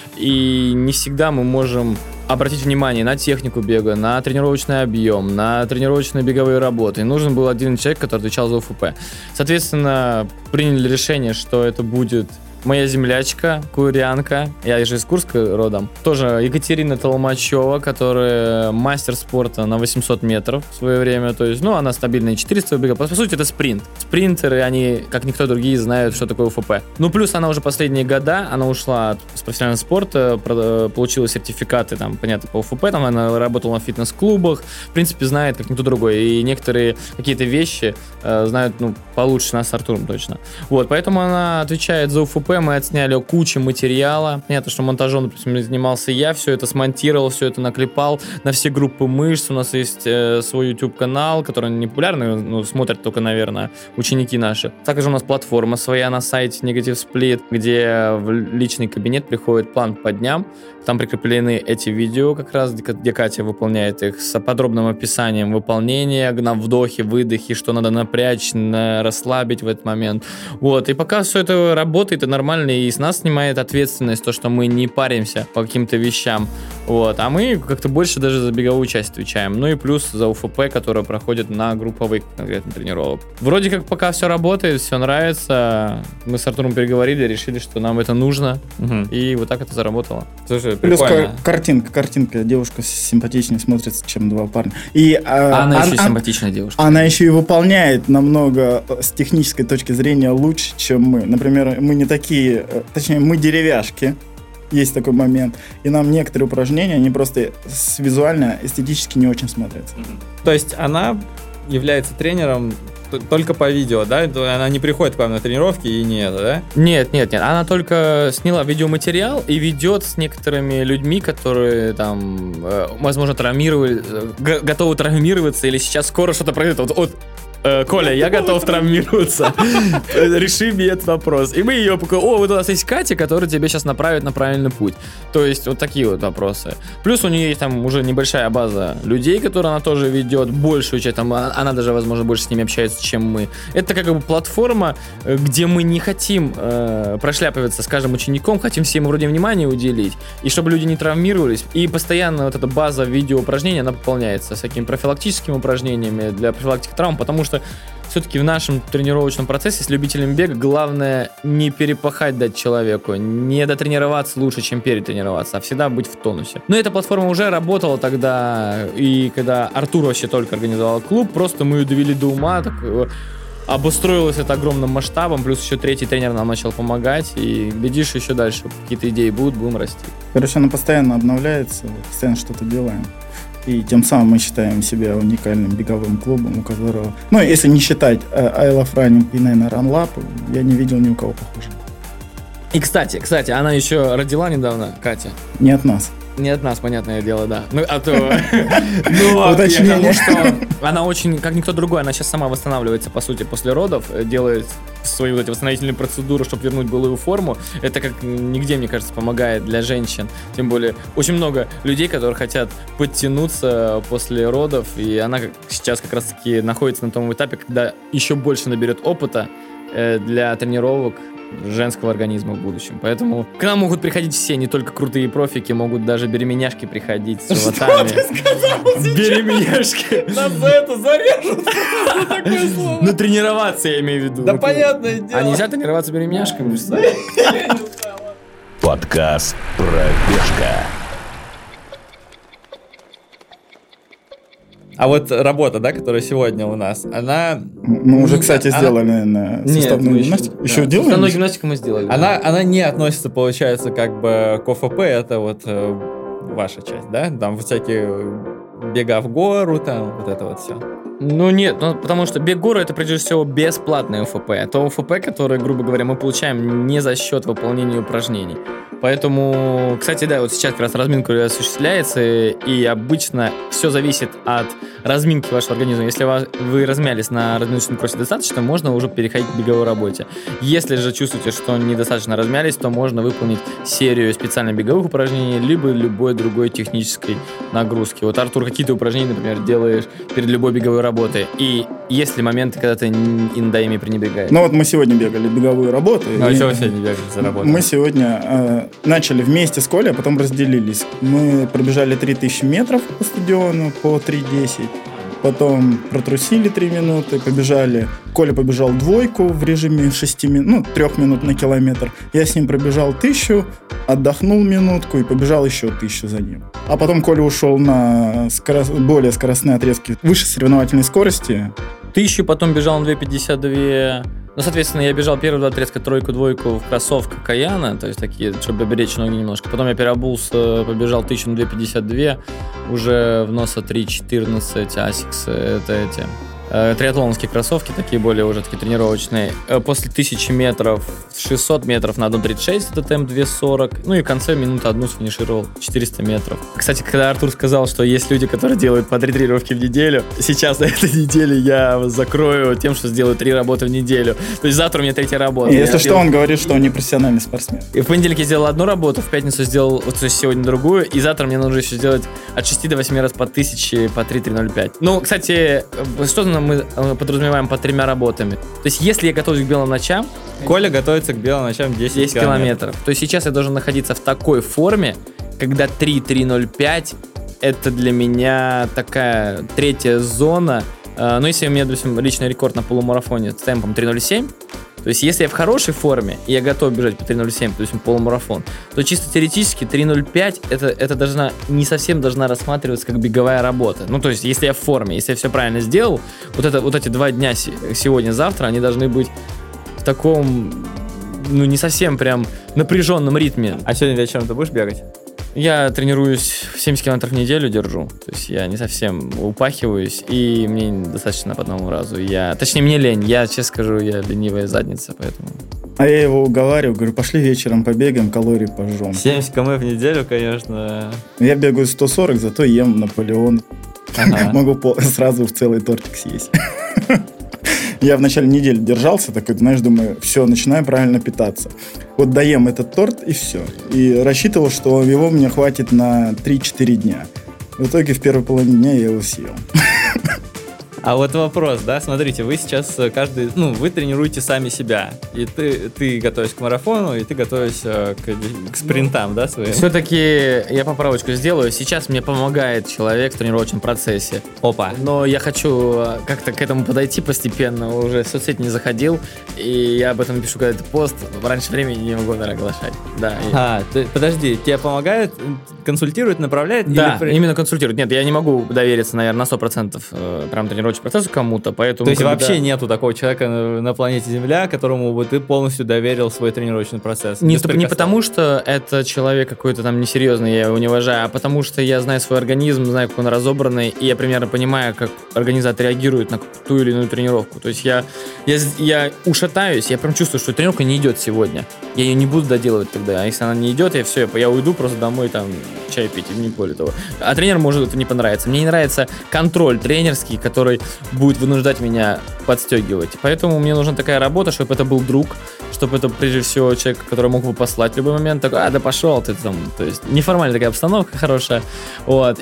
и не всегда мы можем обратить внимание на технику бега, на тренировочный объем, на тренировочные беговые работы. И нужен был один человек, который отвечал за ОФП. Соответственно, приняли решение, что это будет моя землячка, курянка, я же из Курска родом, тоже Екатерина Толмачева, которая мастер спорта на 800 метров в свое время, то есть, она стабильная 400 бега, по сути, это спринт. Спринтеры, они, как никто другие, знают, что такое УФП. Плюс она уже последние года, она ушла с профессионального спорта, получила сертификаты, понятно, по УФП, она работала в фитнес-клубах, в принципе, знает, как никто другой, и некоторые какие-то вещи знают, получше нас с Артуром точно. Вот, поэтому она отвечает за УФП. Мы отсняли кучу материала. Понятно, что монтажом, допустим, занимался я, все это смонтировал, все это наклепал на все группы мышц. У нас есть свой YouTube-канал, который не популярный, смотрят только, наверное, ученики наши. Также у нас платформа своя на сайте Negative Split, где в личный кабинет приходит план по дням. Там прикреплены эти видео, как раз, где Катя выполняет их с подробным описанием выполнения, на вдохе, выдохе, что надо напрячь, расслабить в этот момент. Вот. И пока все это работает, это нормально, и с нас снимает ответственность, то, что мы не паримся по каким-то вещам. Вот. А мы как-то больше даже за беговую часть отвечаем. И плюс за УФП, которая проходит на групповых конкретно тренировок. Вроде как пока все работает, все нравится. Мы с Артуром переговорили, решили, что нам это нужно. И вот так это заработало. Слушай, плюс прикольно. картинка. Девушка симпатичнее смотрится, чем два парня. И, она еще симпатичная девушка. Она еще и выполняет намного с технической точки зрения лучше, чем мы. Например, мы не такие, точнее, мы деревяшки. Есть такой момент. И нам некоторые упражнения, они просто визуально, эстетически не очень смотрятся. То есть она является тренером только по видео, да? Она не приходит к вам на тренировки и не это, да? Нет. Она только сняла видеоматериал и ведет с некоторыми людьми, которые возможно, готовы травмироваться или сейчас скоро что-то произойдет. Вот Коля, я готов травмироваться. Реши мне этот вопрос. И мы ее покупаем. О, вот у нас есть Катя, которая тебя сейчас направит на правильный путь. То есть вот такие вот вопросы. Плюс у нее есть там уже небольшая база людей, которые она тоже ведет. Большую часть, там, она даже, возможно, больше с ними общается, чем мы. Это как бы платформа, где мы не хотим прошляпываться с каждым учеником, хотим всем вроде внимания уделить. И чтобы люди не травмировались. И постоянно вот эта база видеоупражнений, она пополняется всякими профилактическими упражнениями для профилактики травм, потому что все-таки в нашем тренировочном процессе с любителем бега главное не перепахать дать человеку, не дотренироваться лучше, чем перетренироваться, а всегда быть в тонусе. Но эта платформа уже работала тогда, и когда Артур вообще только организовал клуб, просто мы ее довели до ума, так, обустроилось это огромным масштабом, плюс еще третий тренер нам начал помогать, и глядишь, еще дальше какие-то идеи будем расти. Короче, она постоянно обновляется, постоянно что-то делаем. И тем самым мы считаем себя уникальным беговым клубом, у которого... Ну, если не считать I Love Running и, наверное, RunLab, я не видел ни у кого похуже. И, кстати, она еще родила недавно, Катя. Не от нас. Не от нас, понятное дело, да. Ну, а то... Ну, потому что она очень, как никто другой, она сейчас сама восстанавливается, по сути, после родов, делает свои вот эти восстановительные процедуры, чтобы вернуть былую форму. Это как нигде, мне кажется, помогает для женщин. Тем более, очень много людей, которые хотят подтянуться после родов, и она сейчас как раз-таки находится на том этапе, когда еще больше наберет опыта для тренировок женского организма в будущем. Поэтому к нам могут приходить все, не только крутые профики, могут даже беременяшки приходить с животами. Что ты сказал сейчас? Беременяшки. Нас за это зарежут. Что такое слово? Ну, тренироваться, я имею в виду. Да понятное дело. А нельзя тренироваться беременяшками? Подкаст «Пробежка». А вот работа, да, которая сегодня у нас, она... Мы уже, кстати, сделали, наверное, суставную гимнастику. Еще делаем? Суставную гимнастику мы сделали. Она не относится, получается, как бы к ОФП, это вот ваша часть, да? Там всякие бега в гору, там вот это вот все. Ну нет, потому что бег гору это прежде всего бесплатный ОФП. Это ОФП, который, грубо говоря, мы получаем не за счет выполнения упражнений. Поэтому, кстати, да, вот сейчас как раз разминка осуществляется, и обычно все зависит от разминки вашего организма. Если вы размялись на разминочном кроссе достаточно, можно уже переходить к беговой работе. Если же чувствуете, что недостаточно размялись, то можно выполнить серию специальных беговых упражнений, либо любой другой технической нагрузки. Вот, Артур, какие ты упражнения, например, делаешь перед любой беговой работой? И есть ли моменты, когда ты иногда ими пренебрегаешь? Ну вот мы сегодня бегали беговую работу. А что вы сегодня бегали за работу? Мы сегодня начали вместе с Колей, а потом разделились. Мы пробежали 3000 метров по стадиону по 3:10. Потом протрусили 3 минуты, побежали. Коля побежал двойку в режиме 6 минут, 3 минут на километр. Я с ним пробежал 1000, отдохнул минутку и побежал еще 1000 за ним. А потом Коля ушел на более скоростные отрезки выше соревновательной скорости. 1000, потом бежал на 2:52. Ну, соответственно, я бежал первые 2 отрезка, тройку-двойку в кроссовках Каяна, то есть такие, чтобы беречь ноги немножко. Потом я переобулся, побежал 1000 на 2:52, уже в носа 3:14, асикс, это эти триатлоновские кроссовки, такие более уже такие тренировочные. После 1000 метров, 600 метров на 1:36, это темп 2:40. Ну и в конце минуты одну сфинишировал 400 метров. Кстати, когда Артур сказал, что есть люди, которые делают по 3 тренировки в неделю, сейчас на этой неделе я закрою тем, что сделаю 3 работы в неделю. То есть завтра у меня 3-я работа. Если что, он говорит, что он не профессиональный спортсмен. И в понедельник я сделал одну работу, в пятницу сделал, вот то есть сегодня другую, и завтра мне нужно еще сделать от 6 до 8 раз по 1000, по 3:03:05. Ну, кстати, что мы подразумеваем под 3 работами. То есть, если я готовлюсь к белым ночам... Коля готовится к белым ночам 10 километров. То есть, сейчас я должен находиться в такой форме, когда 3:03:05 это для меня такая 3-я зона. Но если у меня, допустим, личный рекорд на полумарафоне с темпом 3:07, то есть, если я в хорошей форме, и я готов бежать по 3:07, то есть полумарафон, то чисто теоретически 3:05 это не совсем должна рассматриваться как беговая работа. Ну, то есть, если я в форме, если я все правильно сделал, вот эти 2 дня сегодня-завтра, они должны быть в таком, ну, не совсем прям напряженном ритме. А сегодня вечером ты будешь бегать? Я тренируюсь в 70 километров в неделю, держу. То есть я не совсем упахиваюсь, и мне достаточно по одному разу. Точнее, мне лень. Я, честно скажу, я ленивая задница, поэтому... А я его уговариваю, говорю, пошли вечером побегаем, калорий пожжем. 70 км в неделю, конечно. Я бегаю 140, зато ем Наполеон. Ага. Могу сразу в целый тортик съесть. Я в начале недели держался, такой, знаешь, думаю, все, начинаю правильно питаться. Вот доем этот торт и все. И рассчитывал, что его мне хватит на 3-4 дня. В итоге в первой половине дня я его съел. А вот вопрос, да, смотрите, вы сейчас вы тренируете сами себя, и ты готовишься к марафону, и ты готовишься к спринтам, да, своим? Все-таки я поправочку сделаю. Сейчас мне помогает человек в тренировочном процессе. Опа. Но я хочу как-то к этому подойти постепенно. Уже в соцсети не заходил, и я об этом пишу когда-то пост. Раньше времени не могу, наверное, оглашать. Да. Подожди, тебе помогает, консультирует, направляет? Да, именно консультирует. Нет, я не могу довериться, наверное, на 100% прям тренировочному процессу кому-то, поэтому... То есть вообще нету такого человека на планете Земля, которому бы ты полностью доверил свой тренировочный процесс? Не потому, что это человек какой-то там несерьезный, я его не уважаю, а потому что я знаю свой организм, знаю, как он разобранный, и я примерно понимаю, как организм отреагирует на ту или иную тренировку. То есть я ушатаюсь, я прям чувствую, что тренировка не идет сегодня. Я ее не буду доделывать тогда. А если она не идет, я уйду просто домой там чай пить, и не более того. А тренер может это не понравиться. Мне не нравится контроль тренерский, который будет вынуждать меня подстегивать. Поэтому мне нужна такая работа, чтобы это был друг, чтобы это, прежде всего, человек, который мог бы послать в любой момент, такой, да пошел ты там. То есть неформальная такая обстановка хорошая. Вот.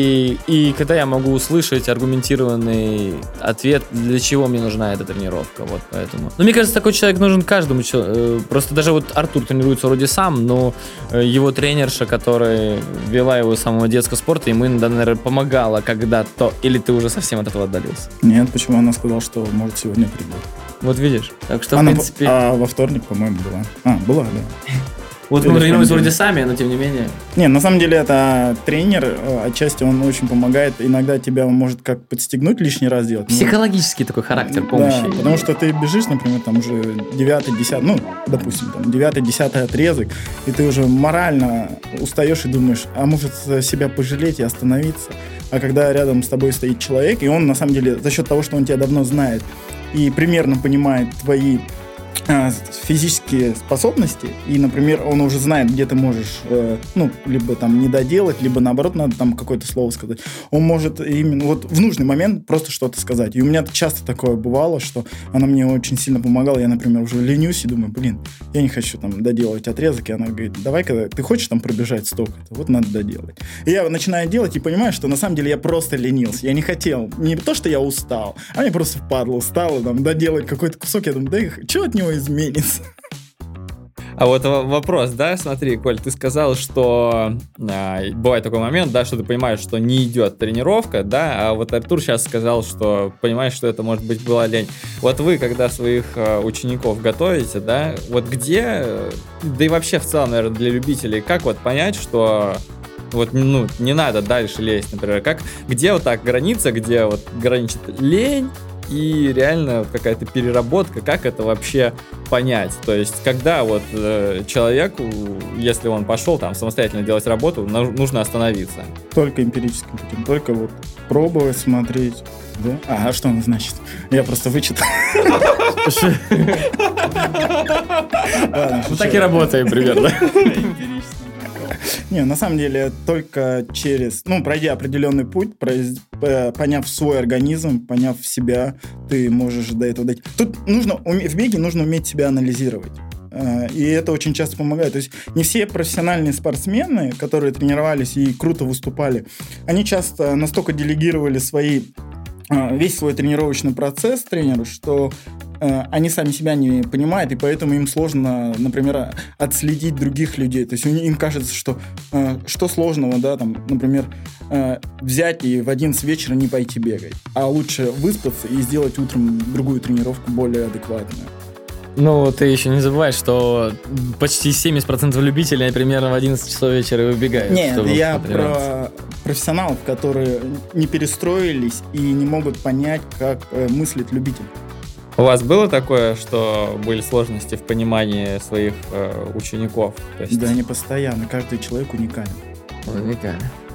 И когда я могу услышать аргументированный ответ, для чего мне нужна эта тренировка. Вот поэтому. Но мне кажется, такой человек нужен каждому человеку. Просто даже вот Артур тренируется вроде сам, но его тренерша, которая вела его с самого детского спорта, ему иногда, наверное, помогала когда-то. Или ты уже совсем от этого отдалился? Нет, почему? Она сказала, что может сегодня придет. Вот видишь. Так что, она, в принципе... А во вторник, по-моему, была. Была, да. Вот мы тренируемся вроде сами, но тем не менее. Не, на самом деле это тренер, отчасти он очень помогает. Иногда тебя он может как подстегнуть лишний раз делать. Психологический такой характер помощи. Да, потому что ты бежишь, например, там уже 9-10, допустим, там 9-10 отрезок, и ты уже морально устаешь и думаешь, а может себя пожалеть и остановиться. А когда рядом с тобой стоит человек, и он на самом деле за счет того, что он тебя давно знает и примерно понимает твои физические способности, и, например, он уже знает, где ты можешь, либо там не доделать, либо наоборот надо там какое-то слово сказать. Он может именно вот в нужный момент просто что-то сказать. И у меня часто такое бывало, что она мне очень сильно помогала. Я, например, уже ленюсь и думаю, я не хочу там доделать отрезок. И она говорит, давай-ка ты хочешь там пробежать столько-то, вот надо доделать. И я начинаю делать и понимаю, что на самом деле я просто ленился. Я не хотел, не то, что я устал, а мне просто впадло, устало там доделать какой-то кусок. Я думаю, что от него изменится? А вот вопрос, да, смотри, Коль, ты сказал, что бывает такой момент, да, что ты понимаешь, что не идет тренировка, да, а вот Артур сейчас сказал, что понимаешь, что это, может быть, была лень. Вот вы, когда своих учеников готовите, да, вот где, да и вообще в целом, наверное, для любителей, как вот понять, что вот, не надо дальше лезть, например, где вот так граница, где вот граничит лень и реально какая-то переработка, как это вообще понять? То есть, когда вот человеку, если он пошел там самостоятельно делать работу, нужно остановиться? Только эмпирическим путем, только вот пробовать, смотреть. Да? А что оно значит? Я просто вычитал. Вот так и работаем примерно. Не, на самом деле, только пройдя определенный путь, поняв свой организм, поняв себя, ты можешь до этого дойти. Тут в беге нужно уметь себя анализировать. И это очень часто помогает. То есть не все профессиональные спортсмены, которые тренировались и круто выступали, они часто настолько делегировали весь свой тренировочный процесс тренеру, что они сами себя не понимают, и поэтому им сложно, например, отследить других людей. То есть им кажется, что сложного, да, там, например, взять и в 11 вечера не пойти бегать, а лучше выспаться и сделать утром другую тренировку более адекватную. Ну, ты еще не забывай, что почти 70% любителей примерно в 11 часов вечера выбегают. Нет, я про профессионалов, которые не перестроились и не могут понять, как мыслит любитель. У вас было такое, что были сложности в понимании своих учеников? Да, они постоянно. Каждый человек уникален. Уникален.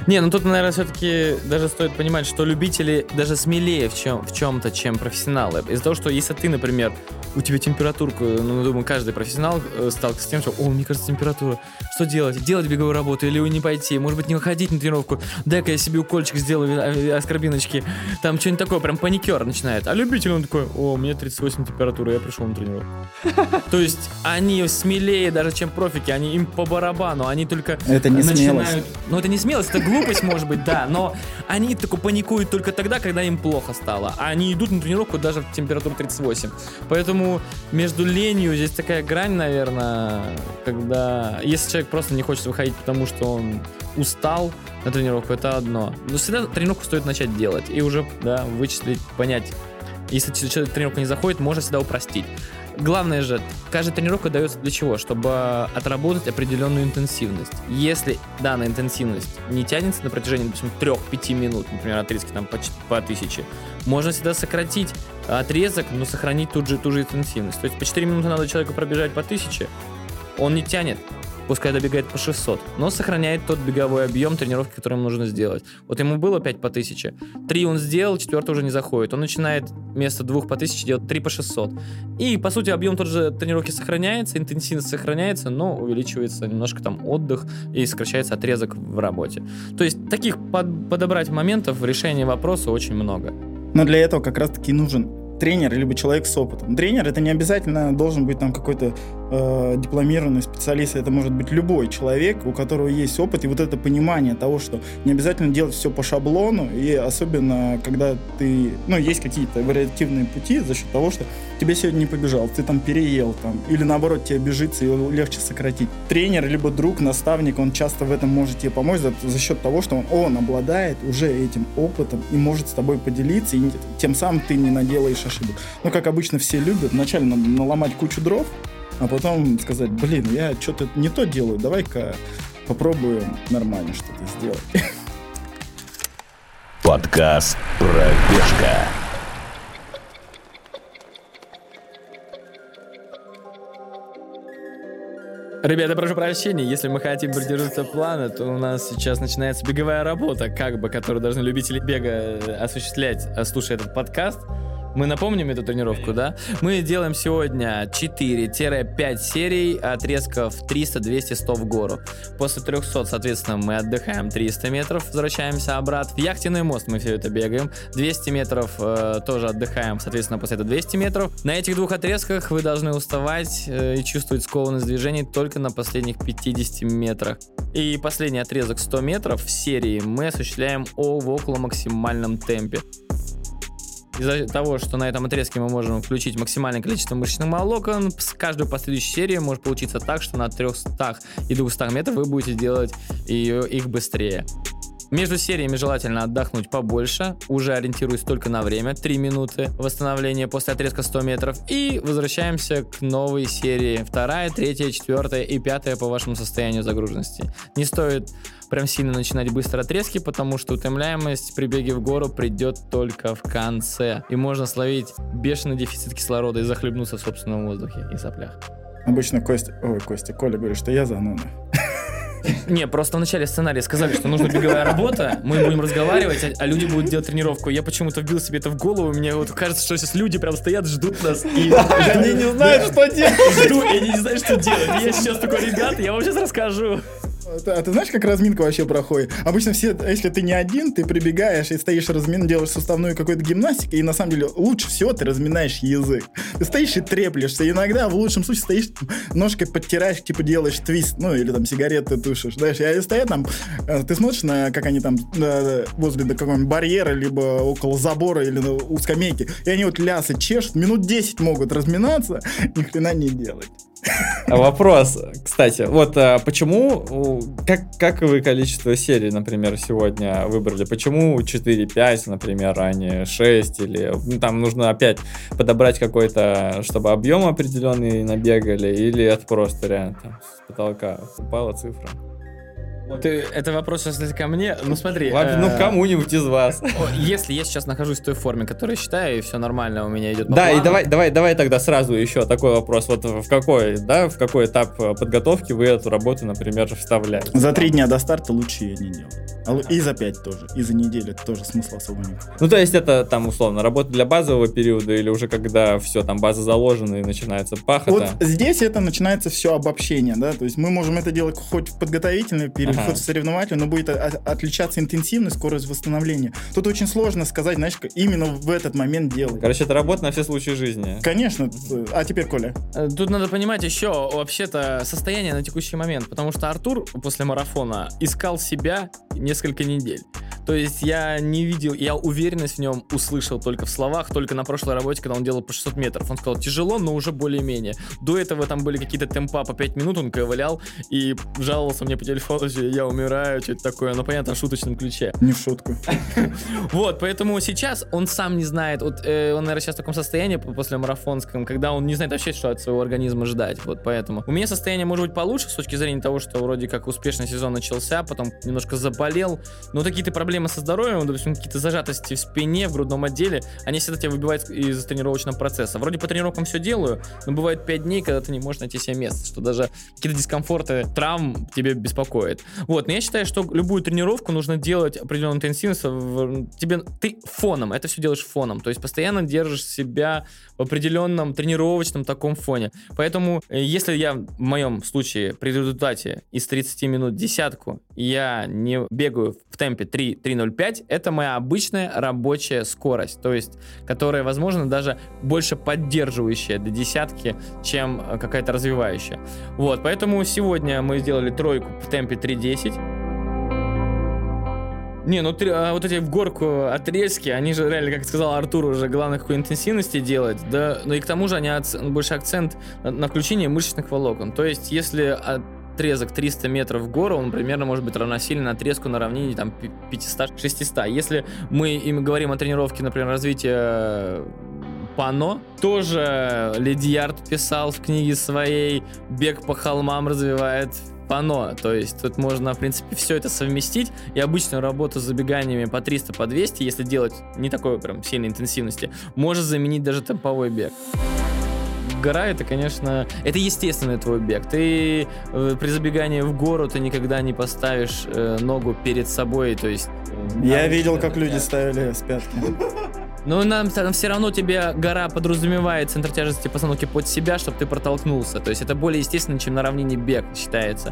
Не, ну тут, наверное, все-таки даже стоит понимать, что любители даже смелее в чем-то, чем профессионалы. Из-за того, что если ты, например, у тебя температурка, ну, думаю, каждый профессионал сталкивается с тем, что, мне кажется, температура. Что делать? Делать беговую работу или не пойти? Может быть, не выходить на тренировку? Дай-ка я себе укольчик сделаю, аскорбиночки. Там что-нибудь такое, прям паникер начинает. А любитель, он такой, у меня 38 температура, я пришел на тренировку. То есть они смелее даже, чем профики, они им по барабану, они только Это не начинают... смелость. Ну, это не смелость, это глупость, может быть, да, но они только паникуют только тогда, когда им плохо стало. А они идут на тренировку даже в температуру 38. Поэтому между ленью здесь такая грань, наверное, когда... Если человек просто не хочет выходить, потому что он устал на тренировку, это одно. Но всегда тренировку стоит начать делать и уже, да, вычислить, понять. Если человек в тренировку не заходит, можно всегда упростить. Главное же, каждая тренировка дается для чего? Чтобы отработать определенную интенсивность. Если данная интенсивность не тянется на протяжении, допустим, 3-5 минут, например, отрезки там по 1000, можно всегда сократить отрезок, но сохранить ту же интенсивность. То есть по 4 минуты надо человеку пробежать по 1000, он не тянет, пускай добегает по 600, но сохраняет тот беговой объем тренировки, который ему нужно сделать. Вот ему было 5 по 1000, 3 он сделал, 4 уже не заходит. Он начинает вместо 2 по 1000 делать 3 по 600. И, по сути, объем тот же тренировки сохраняется, интенсивность сохраняется, но увеличивается немножко там отдых и сокращается отрезок в работе. То есть таких подобрать моментов в решении вопроса очень много. Но для этого как раз-таки нужен тренер, либо человек с опытом. Тренер — это не обязательно должен быть там какой-то дипломированный специалист, это может быть любой человек, у которого есть опыт, и вот это понимание того, что не обязательно делать все по шаблону, и особенно, когда ты, есть какие-то вариативные пути за счет того, что тебе сегодня не побежал, ты там переел, там, или наоборот, тебе бежится, и легче сократить. Тренер, либо друг, наставник, он часто в этом может тебе помочь за счет того, что он обладает уже этим опытом и может с тобой поделиться, и тем самым ты не наделаешь ошибок. Как обычно все любят, вначале наломать кучу дров, а потом сказать, я что-то не то делаю, давай-ка попробуем нормально что-то сделать. Подкаст «Пробежка». Ребята, прошу прощения, если мы хотим придерживаться плана, то у нас сейчас начинается беговая работа, которую должны любители бега осуществлять, слушая этот подкаст. Мы напомним эту тренировку, да? Мы делаем сегодня 4-5 серий отрезков 300, 200, 100 в гору. После 300, соответственно, мы отдыхаем 300 метров, возвращаемся обратно. В Яхтенный мост мы все это бегаем. 200 метров тоже отдыхаем, соответственно, после этого 200 метров. На этих двух отрезках вы должны уставать и чувствовать скованность движений только на последних 50 метрах. И последний отрезок 100 метров в серии мы осуществляем в около максимальном темпе. Из-за того, что на этом отрезке мы можем включить максимальное количество мышечных волокон, с каждой последующей серии может получиться так, что на 300 и 200 метров вы будете делать их быстрее. Между сериями желательно отдохнуть побольше, уже ориентируясь только на время, 3 минуты восстановления после отрезка 100 метров, и возвращаемся к новой серии, 2, 3, 4 и 5 по вашему состоянию загруженности. Не стоит прям сильно начинать быстро отрезки, потому что утомляемость при беге в гору придет только в конце, и можно словить бешеный дефицит кислорода и захлебнуться в собственном воздухе и соплях. Обычно Коля говорит, что я зануда. Не, просто в начале сценария сказали, что нужна беговая работа, мы будем разговаривать, а люди будут делать тренировку. Я почему-то вбил себе это в голову, мне вот кажется, что сейчас люди прям стоят, ждут нас. И они не знают, что делать. Жду, и они не знают, что делать. Я сейчас такой, ребята, я вам сейчас расскажу. А ты знаешь, как разминка вообще проходит? Обычно все, если ты не один, ты прибегаешь и стоишь делаешь суставную какую-то гимнастику, и на самом деле лучше всего ты разминаешь язык. Ты стоишь и треплешься, иногда в лучшем случае стоишь, ножкой подтираешь, типа делаешь твист, или там сигареты тушишь, знаешь, и стоят там, ты смотришь на, как они там возле какого-нибудь барьера, либо около забора, или у скамейки, и они вот лясы чешут, минут 10 могут разминаться, ни хрена не делать. Вопрос, кстати, вот почему, как вы количество серий, например, сегодня выбрали? Почему 4-5, например, а не 6? Или там нужно опять подобрать какой-то, чтобы объем определенный набегали? Или это просто реально там с потолка упала цифра? Это вопрос сейчас ко мне. Ну смотри. Ну, кому-нибудь из вас. Если я сейчас нахожусь в той форме, которую считаю, и все нормально у меня идет по Да, плану. и давай тогда сразу еще такой вопрос. Вот в какой этап подготовки вы эту работу, например, вставляете? За 3 дня до старта лучше ее не делать. И за 5 тоже. И за неделю тоже смысла особо нет. Ну, то есть это там, условно, работа для базового периода или уже когда все, там база заложена и начинается пахота? Вот здесь это начинается все обобщение, да, то есть мы можем это делать хоть в подготовительный период, хоть в соревновательный, но будет отличаться интенсивность, скорость восстановления. Тут очень сложно сказать, знаешь, именно в этот момент делать. Короче, это работа на все случаи жизни. Конечно. А теперь, Коля. Тут надо понимать еще вообще-то состояние на текущий момент, потому что Артур после марафона искал себя несколько недель. То есть я не видел, я уверенность в нем услышал только в словах, только на прошлой работе, когда он делал по 600 метров. Он сказал, тяжело, но уже более-менее. До этого там были какие-то темпа по 5 минут, он ковылял и жаловался мне по телефону, что я умираю, что-то такое, ну понятно, в шуточном ключе. Не в шутку. Вот, поэтому сейчас он сам не знает, вот он, наверное, сейчас в таком состоянии после марафонском, когда он не знает вообще, что от своего организма ждать, вот поэтому. У меня состояние может быть получше с точки зрения того, что вроде как успешный сезон начался, потом немножко заболел, но какие-то проблемы со здоровьем, допустим, какие-то зажатости в спине, в грудном отделе, они всегда тебя выбивают из тренировочного процесса. Вроде по тренировкам все делаю, но бывает 5 дней, когда ты не можешь найти себе место, что даже какие-то дискомфорты, травм тебе беспокоит. Вот, но я считаю, что любую тренировку нужно делать определенную интенсивность, ты фоном, это все делаешь фоном, то есть постоянно держишь себя в определенном тренировочном таком фоне. Поэтому, если я в моем случае при результате из 30 минут десятку, я не бегаю в темпе 3.05, это моя обычная рабочая скорость, то есть, которая, возможно, даже больше поддерживающая до десятки, чем какая-то развивающая. Вот, поэтому сегодня мы сделали тройку в темпе 3.10. Не, ну вот эти в горку отрезки, они же реально, как сказал Артур, уже главное какой интенсивности делать, да, но и к тому же они больше акцент на включение мышечных волокон, то есть если отрезок 300 метров в гору, он примерно может быть равносилен отрезку на равнине там 500-600. Если мы говорим о тренировке, например, развития Пано, тоже Лидьярд писал в книге своей «Бег по холмам развивает Пано», то есть тут можно, в принципе, все это совместить, и обычную работу с забеганиями по 300, по 200, если делать не такой прям сильной интенсивности, может заменить даже темповой бег. Гора — это, конечно, это естественный твой бег. Ты при забегании в гору ты никогда не поставишь ногу перед собой, то есть... Я видел, как люди ставили с пятки. Но нам все равно тебе гора подразумевает центр тяжести постановки под себя, чтобы ты протолкнулся. То есть это более естественно, чем на равнине бег считается.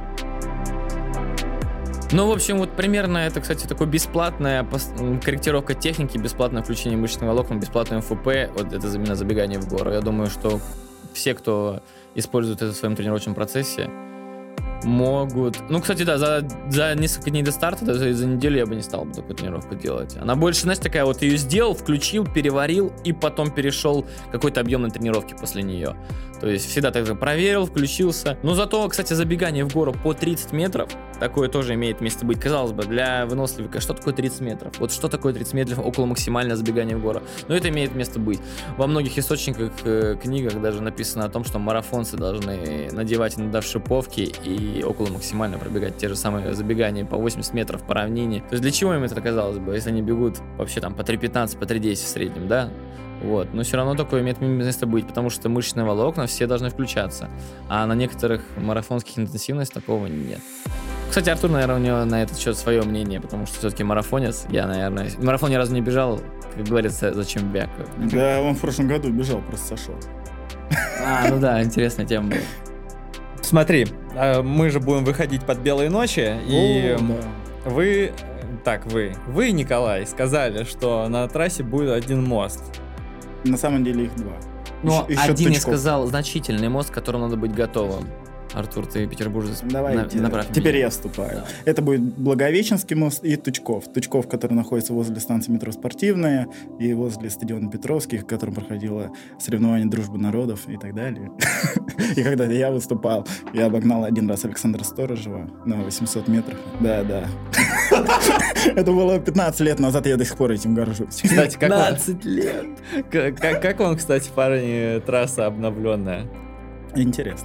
Ну, в общем, вот примерно это, кстати, такая бесплатная корректировка техники, бесплатное включение мышечных волокон, бесплатное МФП. Вот это именно забегание в гору. Я думаю, что все, кто использует это в своем тренировочном процессе, могут... Ну, кстати, да, за несколько дней до старта, даже за неделю я бы не стал бы такую тренировку делать. Она больше, знаешь, такая вот, ее сделал, включил, переварил и потом перешел к какой-то объемной тренировке после нее. То есть всегда так же проверил, включился. Но зато, кстати, забегание в гору по 30 метров, такое тоже имеет место быть. Казалось бы, для выносливика, что такое 30 метров? Вот что такое 30 метров около максимального забегания в гору? Но это имеет место быть. Во многих источниках, книгах даже написано о том, что марафонцы должны надевать иногда в шиповки и около максимально пробегать те же самые забегания по 80 метров по равнине. То есть для чего им это, казалось бы, если они бегут вообще там по 3.15, по 3.10 в среднем, да? Вот, но все равно такое имеет место быть, потому что мышечные волокна все должны включаться, а на некоторых марафонских интенсивностей такого нет. Кстати, Артур, наверное, у него на этот счет свое мнение, потому что все-таки марафонец. Я, наверное, в марафон ни разу не бежал, как говорится, зачем бег. Да, он в прошлом году бежал, просто сошел. Ну да, интересная тема была. Смотри, мы же будем выходить под белые ночи, и вы, Николай, сказали, что на трассе будет один мост. На самом деле их 2. Но один, я сказал, значительный мост, к которому надо быть готовым. Артур, ты петербуржец. Давайте. Теперь я вступаю. Да. Это будет Благовещенский мост и Тучков. Тучков, который находится возле станции метро «Спортивная» и возле стадиона Петровский, в котором проходило соревнование «Дружбы народов» и так далее. И когда я выступал, я обогнал один раз Александра Сторожева на 800 метров. Да. Это было 15 лет назад, я до сих пор этим горжусь. Кстати, 15 лет! Как вам, кстати, парни, трасса обновленная? Интересно.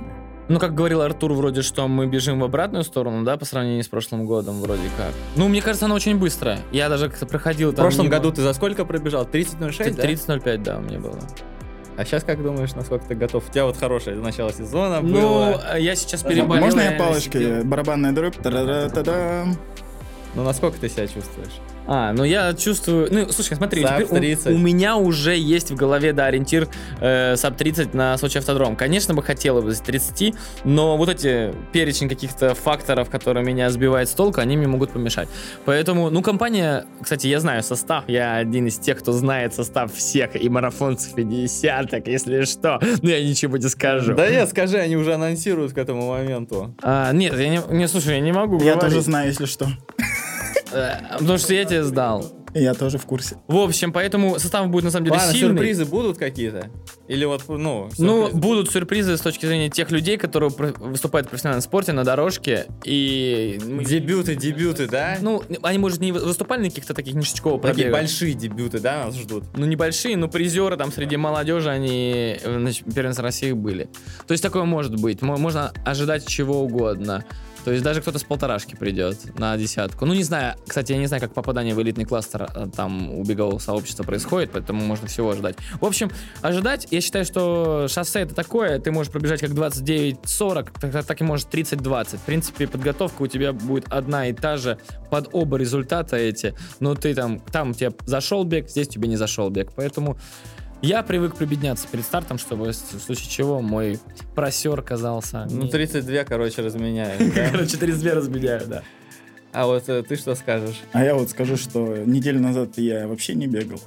Ну, как говорил Артур, вроде, что мы бежим в обратную сторону, да, по сравнению с прошлым годом, вроде как. Ну, мне кажется, она очень быстрая. Я даже как-то проходил В там... прошлом мимо. году ты за сколько пробежал? 30.06, да? 30.05, да, у меня было. А сейчас как думаешь, насколько ты готов? У тебя вот хорошее начало сезона Ну, было. я сейчас переболел. Можно я реально палочкой? сидел. Барабанная дробь. Та-да-да-да-дам. Ну, насколько ты себя чувствуешь? Ну я чувствую... Ну, слушай, смотри, САП теперь 30. у меня уже есть в голове, да, ориентир САП 30 на Сочи автодром. Конечно бы хотела бы с 30, но вот эти перечень каких-то факторов, которые меня сбивают с толку, они мне могут помешать. Поэтому, ну, компания... Кстати, я знаю состав, я один из тех, кто знает состав всех и марафонцев, и десяток, если что. Ну, я ничего не скажу. Да нет, скажи, они уже анонсируют к этому моменту. Нет, слушай, я не могу Я говорить. тоже знаю, если что. Потому что я тебе сдал. Я тоже в курсе. В общем, поэтому состав будет на самом деле Ладно, сильный. сюрпризы будут какие-то? Или вот, Ну, сюрпризы? будут сюрпризы с точки зрения тех людей, которые выступают в профессиональном спорте на дорожке. И... Дебюты, да? Ну, они, может, не выступали на каких-то таких ништячковых Такие пробегах. большие дебюты, да, нас ждут? Ну, небольшие, но призеры там среди молодежи, они на первенстве России были. То есть такое может быть. Можно ожидать чего угодно. То есть даже кто-то с полторашки придет на десятку. Ну, не знаю. Кстати, я не знаю, как попадание в элитный кластер там у бегового сообщества происходит, поэтому можно всего ожидать. В общем, ожидать, я считаю, что шоссе это такое, ты можешь пробежать как 29-40, так и можешь 30-20. В принципе, подготовка у тебя будет одна и та же под оба результата эти, но ты там у тебя зашел бег, здесь тебе не зашел бег. Поэтому я привык прибедняться перед стартом, чтобы в случае чего мой просер казался... Ну, 32, короче, разменяют, да? Короче, 32 разменяю, да. А вот ты что скажешь? А я вот скажу, что неделю назад я вообще не бегал.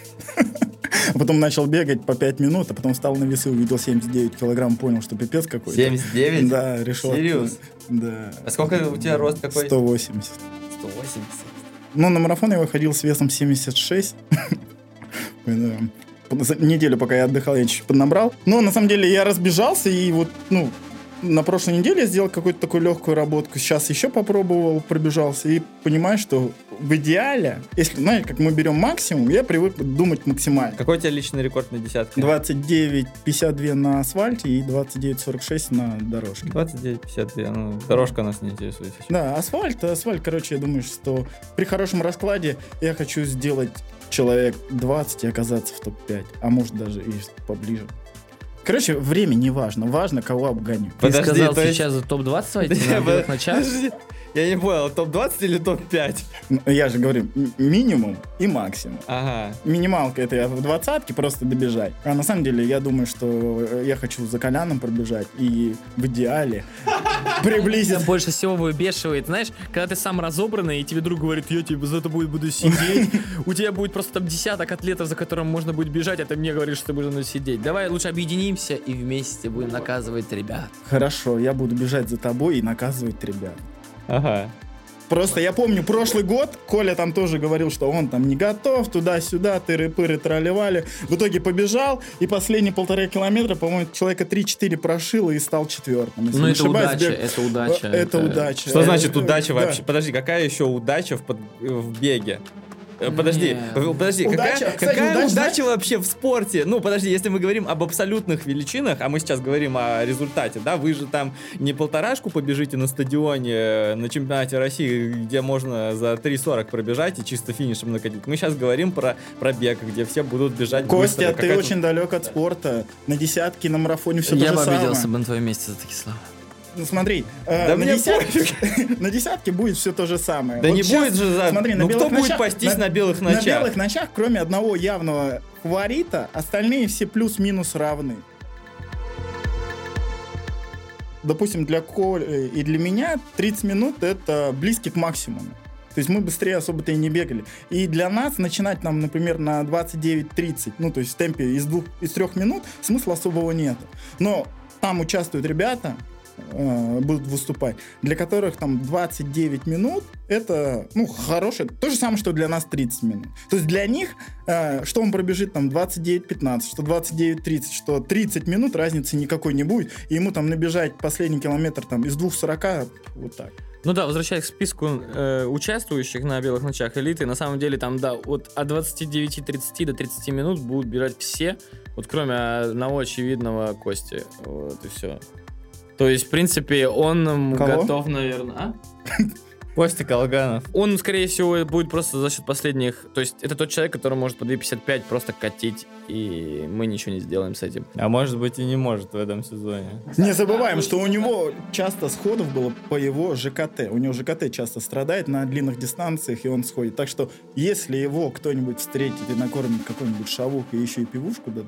Потом начал бегать по 5 минут, а потом встал на весы, увидел 79 килограмм, понял, что пипец какой-то. 79? Да, решил. Серьез? Да. А сколько у тебя рост какой? 180. 180. Ну, на марафон я выходил с весом 76. За неделю, пока я отдыхал, я чуть-чуть поднабрал. Но, на самом деле, я разбежался, и вот, на прошлой неделе я сделал какую-то такую легкую работку. Сейчас еще попробовал, пробежался, и понимаю, что в идеале, если, знаешь, как мы берем максимум, я привык думать максимально. Какой у тебя личный рекорд на десятке? 29,52 на асфальте и 29,46 на дорожке. 29,52, ну, дорожка нас не интересует. Да, асфальт, короче, я думаю, что при хорошем раскладе я хочу сделать человек 20 и оказаться в топ-5, а может даже и поближе. Короче, время не важно, важно, кого обгоню. Ты Подожди, сказал то есть- сейчас за топ-20 войти на белых ночах? Подожди. Я не понял, топ-20 или топ-5? Я же говорю, минимум и максимум. Ага. Минималка — это я в 20-ке просто добежать. А на самом деле я думаю, что я хочу за Коляном пробежать и в идеале приблизиться. Больше всего выбешивает, знаешь, когда ты сам разобранный, и тебе друг говорит, я тебе за тобой буду сидеть, у тебя будет просто там десяток атлетов, за которым можно будет бежать, а ты мне говоришь, что ты будешь сидеть. Давай лучше объединимся и вместе будем наказывать ребят. Хорошо, я буду бежать за тобой и наказывать ребят. Ага. Просто я помню прошлый год, Коля там тоже говорил, что он там не готов, туда-сюда, тыры-пыры, тролливали. В итоге побежал, и последние 1,5 километра, по-моему, человека 3-4 прошил и стал четвертым. Если Ну не это ошибаюсь, удача, бег- это удача. Это удача. Что значит удача Да. вообще? Подожди, какая еще удача в беге? Подожди, Нет. подожди, Удача, какая, кстати, какая удача, удача вообще в спорте? Ну, подожди, если мы говорим об абсолютных величинах, а мы сейчас говорим о результате, да, вы же там не полторашку побежите на стадионе на чемпионате России, где можно за 3:40 пробежать и чисто финишем накатить. Мы сейчас говорим про бег, где все будут бежать Костя, быстро. ты Какая-то- очень далек от спорта. На десятке, на марафоне все Я то бы же самое. обиделся бы на твоем месте за такие слова. Ну, смотри, Да на, мне десятке, на десятке будет все то же самое. Да Вот не щас, будет же за... Смотри, ну кто будет пастись на белых На ночах? белых ночах, кроме одного явного фаворита, остальные все плюс-минус равны. Допустим, для Коли и для меня 30 минут это близкий к максимуму. То есть мы быстрее особо-то и не бегали. И для нас начинать нам, например, на 29-30, ну то есть в темпе из 3 минут, смысла особого нет. Но там участвуют ребята, будут выступать, для которых там 29 минут это, хорошее, то же самое, что для нас 30 минут. То есть для них, что он пробежит там 29-15, что 29-30, что 30 минут, разницы никакой не будет, и ему там набежать последний километр там из 2:40, вот так. Ну да, возвращаясь к списку участвующих на белых ночах элиты, на самом деле там, да, от 29-30 до 30 минут будут бежать все, вот кроме одного очевидного Кости, вот и все. То есть, в принципе, он Кого? готов, наверное... Костя Колганов. Он, скорее всего, будет просто за счет последних... То есть, это тот человек, который может по 2.55 просто катить, и мы ничего не сделаем с этим. А может быть и не может в этом сезоне. Не забываем, что у него часто сходов было по его ЖКТ. У него ЖКТ часто страдает на длинных дистанциях, и он сходит. Так что, если его кто-нибудь встретит и накормит какой-нибудь шавух и еще и пивушку, да,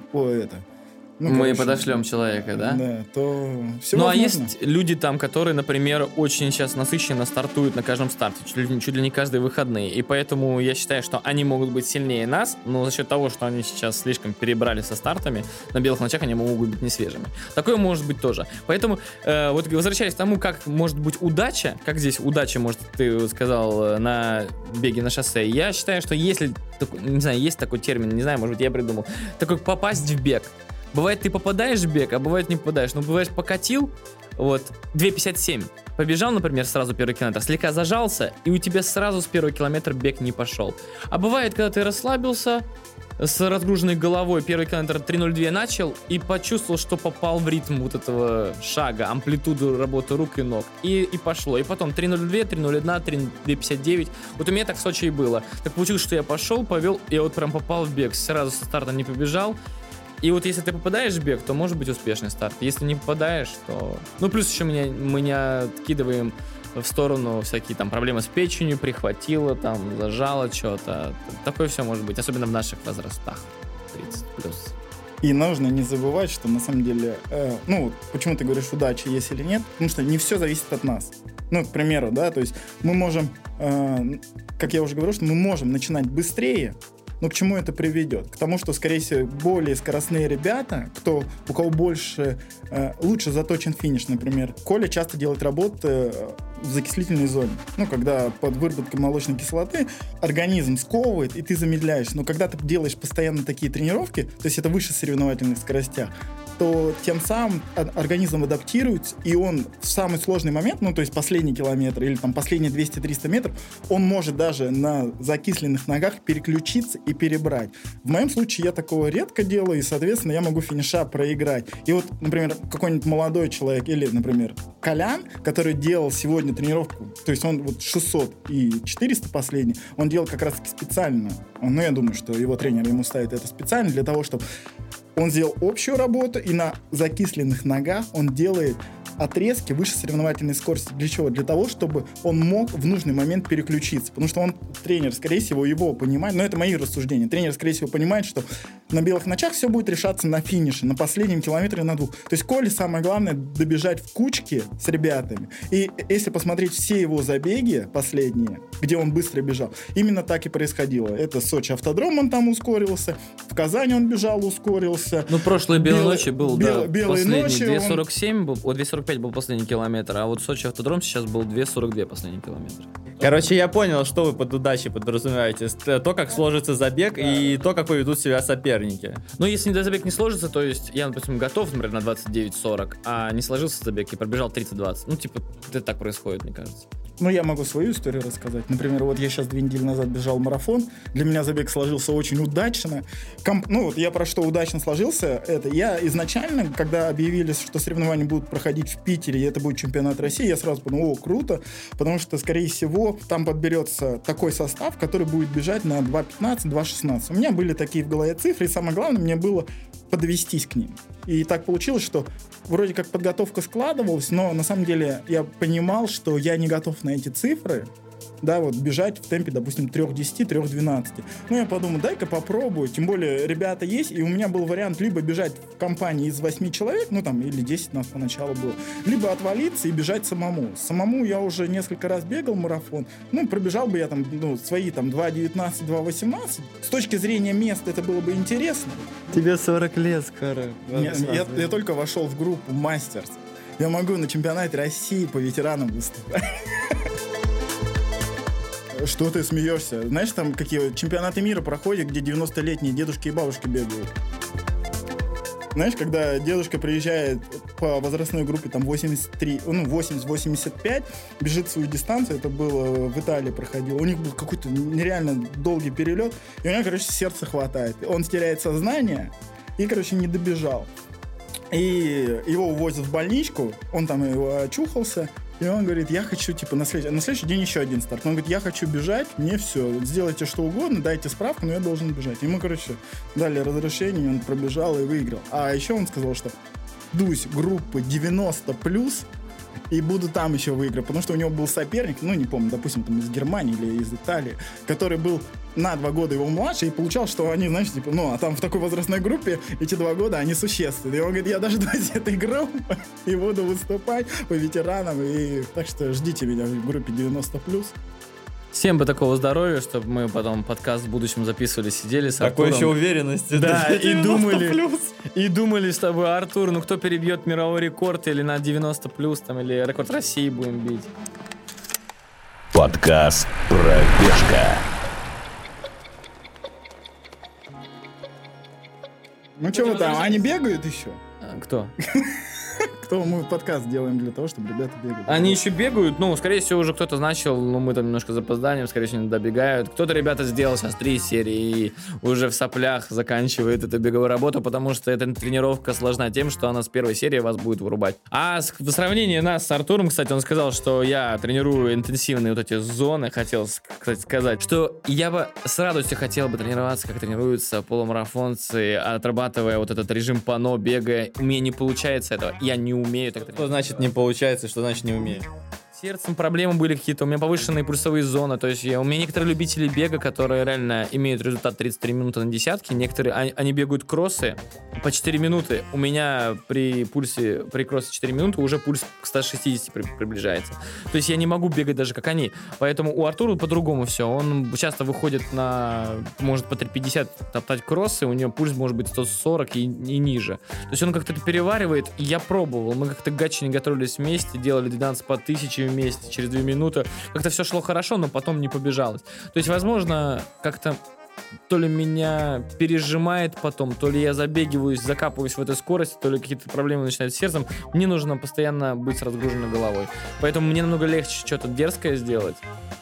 Мы подошлем человека, да? Да, то все Ну, возможно. а есть люди там, которые, например, очень сейчас насыщенно стартуют на каждом старте, чуть ли не каждые выходные, и поэтому я считаю, что они могут быть сильнее нас, но за счет того, что они сейчас слишком перебрали со стартами, на белых ночах они могут быть не свежими. Такое может быть тоже. Поэтому, вот возвращаясь к тому, как может быть удача, как здесь удача, может, ты сказал, на беге на шоссе, я считаю, что если, не знаю, есть такой термин, не знаю, может быть, я придумал, такой попасть в бег. Бывает, ты попадаешь в бег, а бывает, не попадаешь. Ну, бываешь, покатил, вот, 2.57. Побежал, например, сразу первый километр, слегка зажался, и у тебя сразу с первого километра бег не пошел. А бывает, когда ты расслабился, с разгруженной головой первый километр 3.02 начал, и почувствовал, что попал в ритм вот этого шага, амплитуду работы рук и ног. И пошло. И потом 3.02, 3.01, 3.59. Вот у меня так в Сочи и было. Так получилось, что я пошел, повел, и вот прям попал в бег. Сразу со старта не побежал. И вот если ты попадаешь в бег, то может быть успешный старт. Если не попадаешь, то... Ну, плюс еще мы не откидываем в сторону всякие там проблемы с печенью, прихватило, там, зажало что-то. Такое все может быть, особенно в наших возрастах. 30+. И нужно не забывать, что на самом деле... почему ты говоришь, удача есть или нет? Потому что не все зависит от нас. Ну, к примеру, да, то есть мы можем... как я уже говорил, что мы можем начинать быстрее. Но к чему это приведет? К тому, что, скорее всего, более скоростные ребята, у кого больше, лучше заточен финиш, например. Коля часто делает работы в закислительной зоне. Ну, когда под выработкой молочной кислоты организм сковывает, и ты замедляешь. Но когда ты делаешь постоянно такие тренировки, то есть это выше соревновательных скоростях, то тем самым организм адаптируется, и он в самый сложный момент, ну, то есть последний километр или там последние 200-300 метров, он может даже на закисленных ногах переключиться и перебрать. В моем случае я такого редко делаю, и, соответственно, я могу финиша проиграть. И вот, например, какой-нибудь молодой человек или, например, Колян, который делал сегодня тренировку, то есть он вот 600 и 400 последний, он делал как раз-таки специально. Ну, я думаю, что его тренер ему ставит это специально для того, чтобы он сделал общую работу, и на закисленных ногах он делает отрезки выше соревновательной скорости. Для чего? Для того, чтобы он мог в нужный момент переключиться. Потому что тренер, скорее всего, его понимает, но это мои рассуждения, тренер, скорее всего, понимает, что на белых ночах все будет решаться на финише, на последнем километре, на 2. То есть Коле самое главное добежать в кучке с ребятами. И если посмотреть все его забеги последние, где он быстро бежал, именно так и происходило. Это Сочи автодром, он там ускорился, в Казани он бежал, ускорился. Ну, прошлые белые ночи был, да, белые последний. ночи 2.47 был, 2.45 был последний километр, а вот Сочи автодром сейчас был 2.42 последний километр. Короче, я понял, что вы под удачей подразумеваете. То, как сложится забег, и то, как поведут себя соперники. Ну, если забег не сложится, то есть я, допустим, готов, например, на 29.40, а не сложился забег и пробежал 30-20. Ну, типа, это так происходит, мне кажется. Ну, я могу свою историю рассказать. Например, вот я сейчас 2 недели назад бежал марафон. Для меня забег сложился очень удачно. Вот я про что удачно сложился. Это я изначально, когда объявили, что соревнования будут проходить в Питере, и это будет чемпионат России, я сразу подумал, круто, потому что, скорее всего, там подберется такой состав, который будет бежать на 2.15, 2.16. У меня были такие в голове цифры, и самое главное, мне было подвестись к ним. И так получилось, что вроде как подготовка складывалась, но на самом деле я понимал, что я не готов на эти цифры, да, вот бежать в темпе, допустим, 3.10, 3.12. Ну, я подумал, дай-ка попробую, тем более ребята есть, и у меня был вариант либо бежать в компании из 8 человек, ну, там, или 10 нас поначалу было, либо отвалиться и бежать самому. Самому я уже несколько раз бегал марафон, ну, пробежал бы я там, свои там 2.19, 2.18. С точки зрения места это было бы интересно. Тебе 40 лет скоро. Я только вошел в группу Мастерс. Я могу на чемпионате России по ветеранам выступать. Что ты смеешься? Знаешь, там какие чемпионаты мира проходят, где 90-летние дедушки и бабушки бегают. Знаешь, когда дедушка приезжает по возрастной группе, там 80-85, бежит свою дистанцию, это было в Италии проходило, у них был какой-то нереально долгий перелет, и у него, короче, сердце хватает. Он теряет сознание и, короче, не добежал. И его увозят в больничку, он там его очухался, и он говорит, я хочу, типа, на следующий день еще один старт. Он говорит, я хочу бежать, мне все, сделайте что угодно, дайте справку, но я должен бежать. Ему, короче, дали разрешение, он пробежал и выиграл. А еще он сказал, что дусь группы 90+, и буду там еще выиграть, потому что у него был соперник, ну, не помню, допустим, там из Германии или из Италии, который был на 2 года его младше, и получал, что они, знаешь, типа, ну, а там в такой возрастной группе эти 2 года, они существенные. И он говорит, я дождусь этой группы и буду выступать по ветеранам, и так что ждите меня в группе 90+. Всем бы такого здоровья, чтобы мы потом подкаст в будущем записывали, сидели с Такой Артуром. еще уверенности. Да, и 90+. думали с тобой, Артур, ну кто перебьет мировой рекорд или на 90+, там, или рекорд России будем бить. Подкаст «Пробежка». Ну, что вы там, они бегают еще? Кто? Кто мы подкаст делаем для того, чтобы ребята бегали? Они еще бегают, ну, скорее всего, уже кто-то начал, но мы там немножко запозданием, скорее всего, не добегают. Кто-то, ребята, сделал сейчас 3 серии и уже в соплях заканчивает эту беговую работу, потому что эта тренировка сложна тем, что она с первой серии вас будет вырубать. А в сравнении нас с Артуром, кстати, он сказал, что я тренирую интенсивные вот эти зоны, хотел, кстати, сказать, что я бы с радостью хотел бы тренироваться, как тренируются полумарафонцы, отрабатывая вот этот режим пано, бегая. У меня не получается этого, я не умею так тренироваться. Что значит не получается, что значит не умею? С сердцем проблемы были какие-то, у меня повышенные пульсовые зоны, то есть у меня некоторые любители бега, которые реально имеют результат 33 минуты на десятке, некоторые, они бегают кроссы по 4 минуты, у меня при кроссе 4 минуты уже пульс к 160 приближается, то есть я не могу бегать даже как они, поэтому у Артура по-другому все, он часто выходит может по 350 топтать кроссы, у него пульс может быть 140 и ниже, то есть он как-то это переваривает, и я пробовал, мы как-то гатчине готовились вместе, делали 12 по 1000 вместе, через 2 минуты. Как-то все шло хорошо, но потом не побежалось. То есть, возможно, как-то то ли меня пережимает потом, то ли я забегиваюсь, закапываюсь в этой скорости, то ли какие-то проблемы начинают с сердцем. Мне нужно постоянно быть с разгруженной головой. Поэтому мне намного легче что-то дерзкое сделать.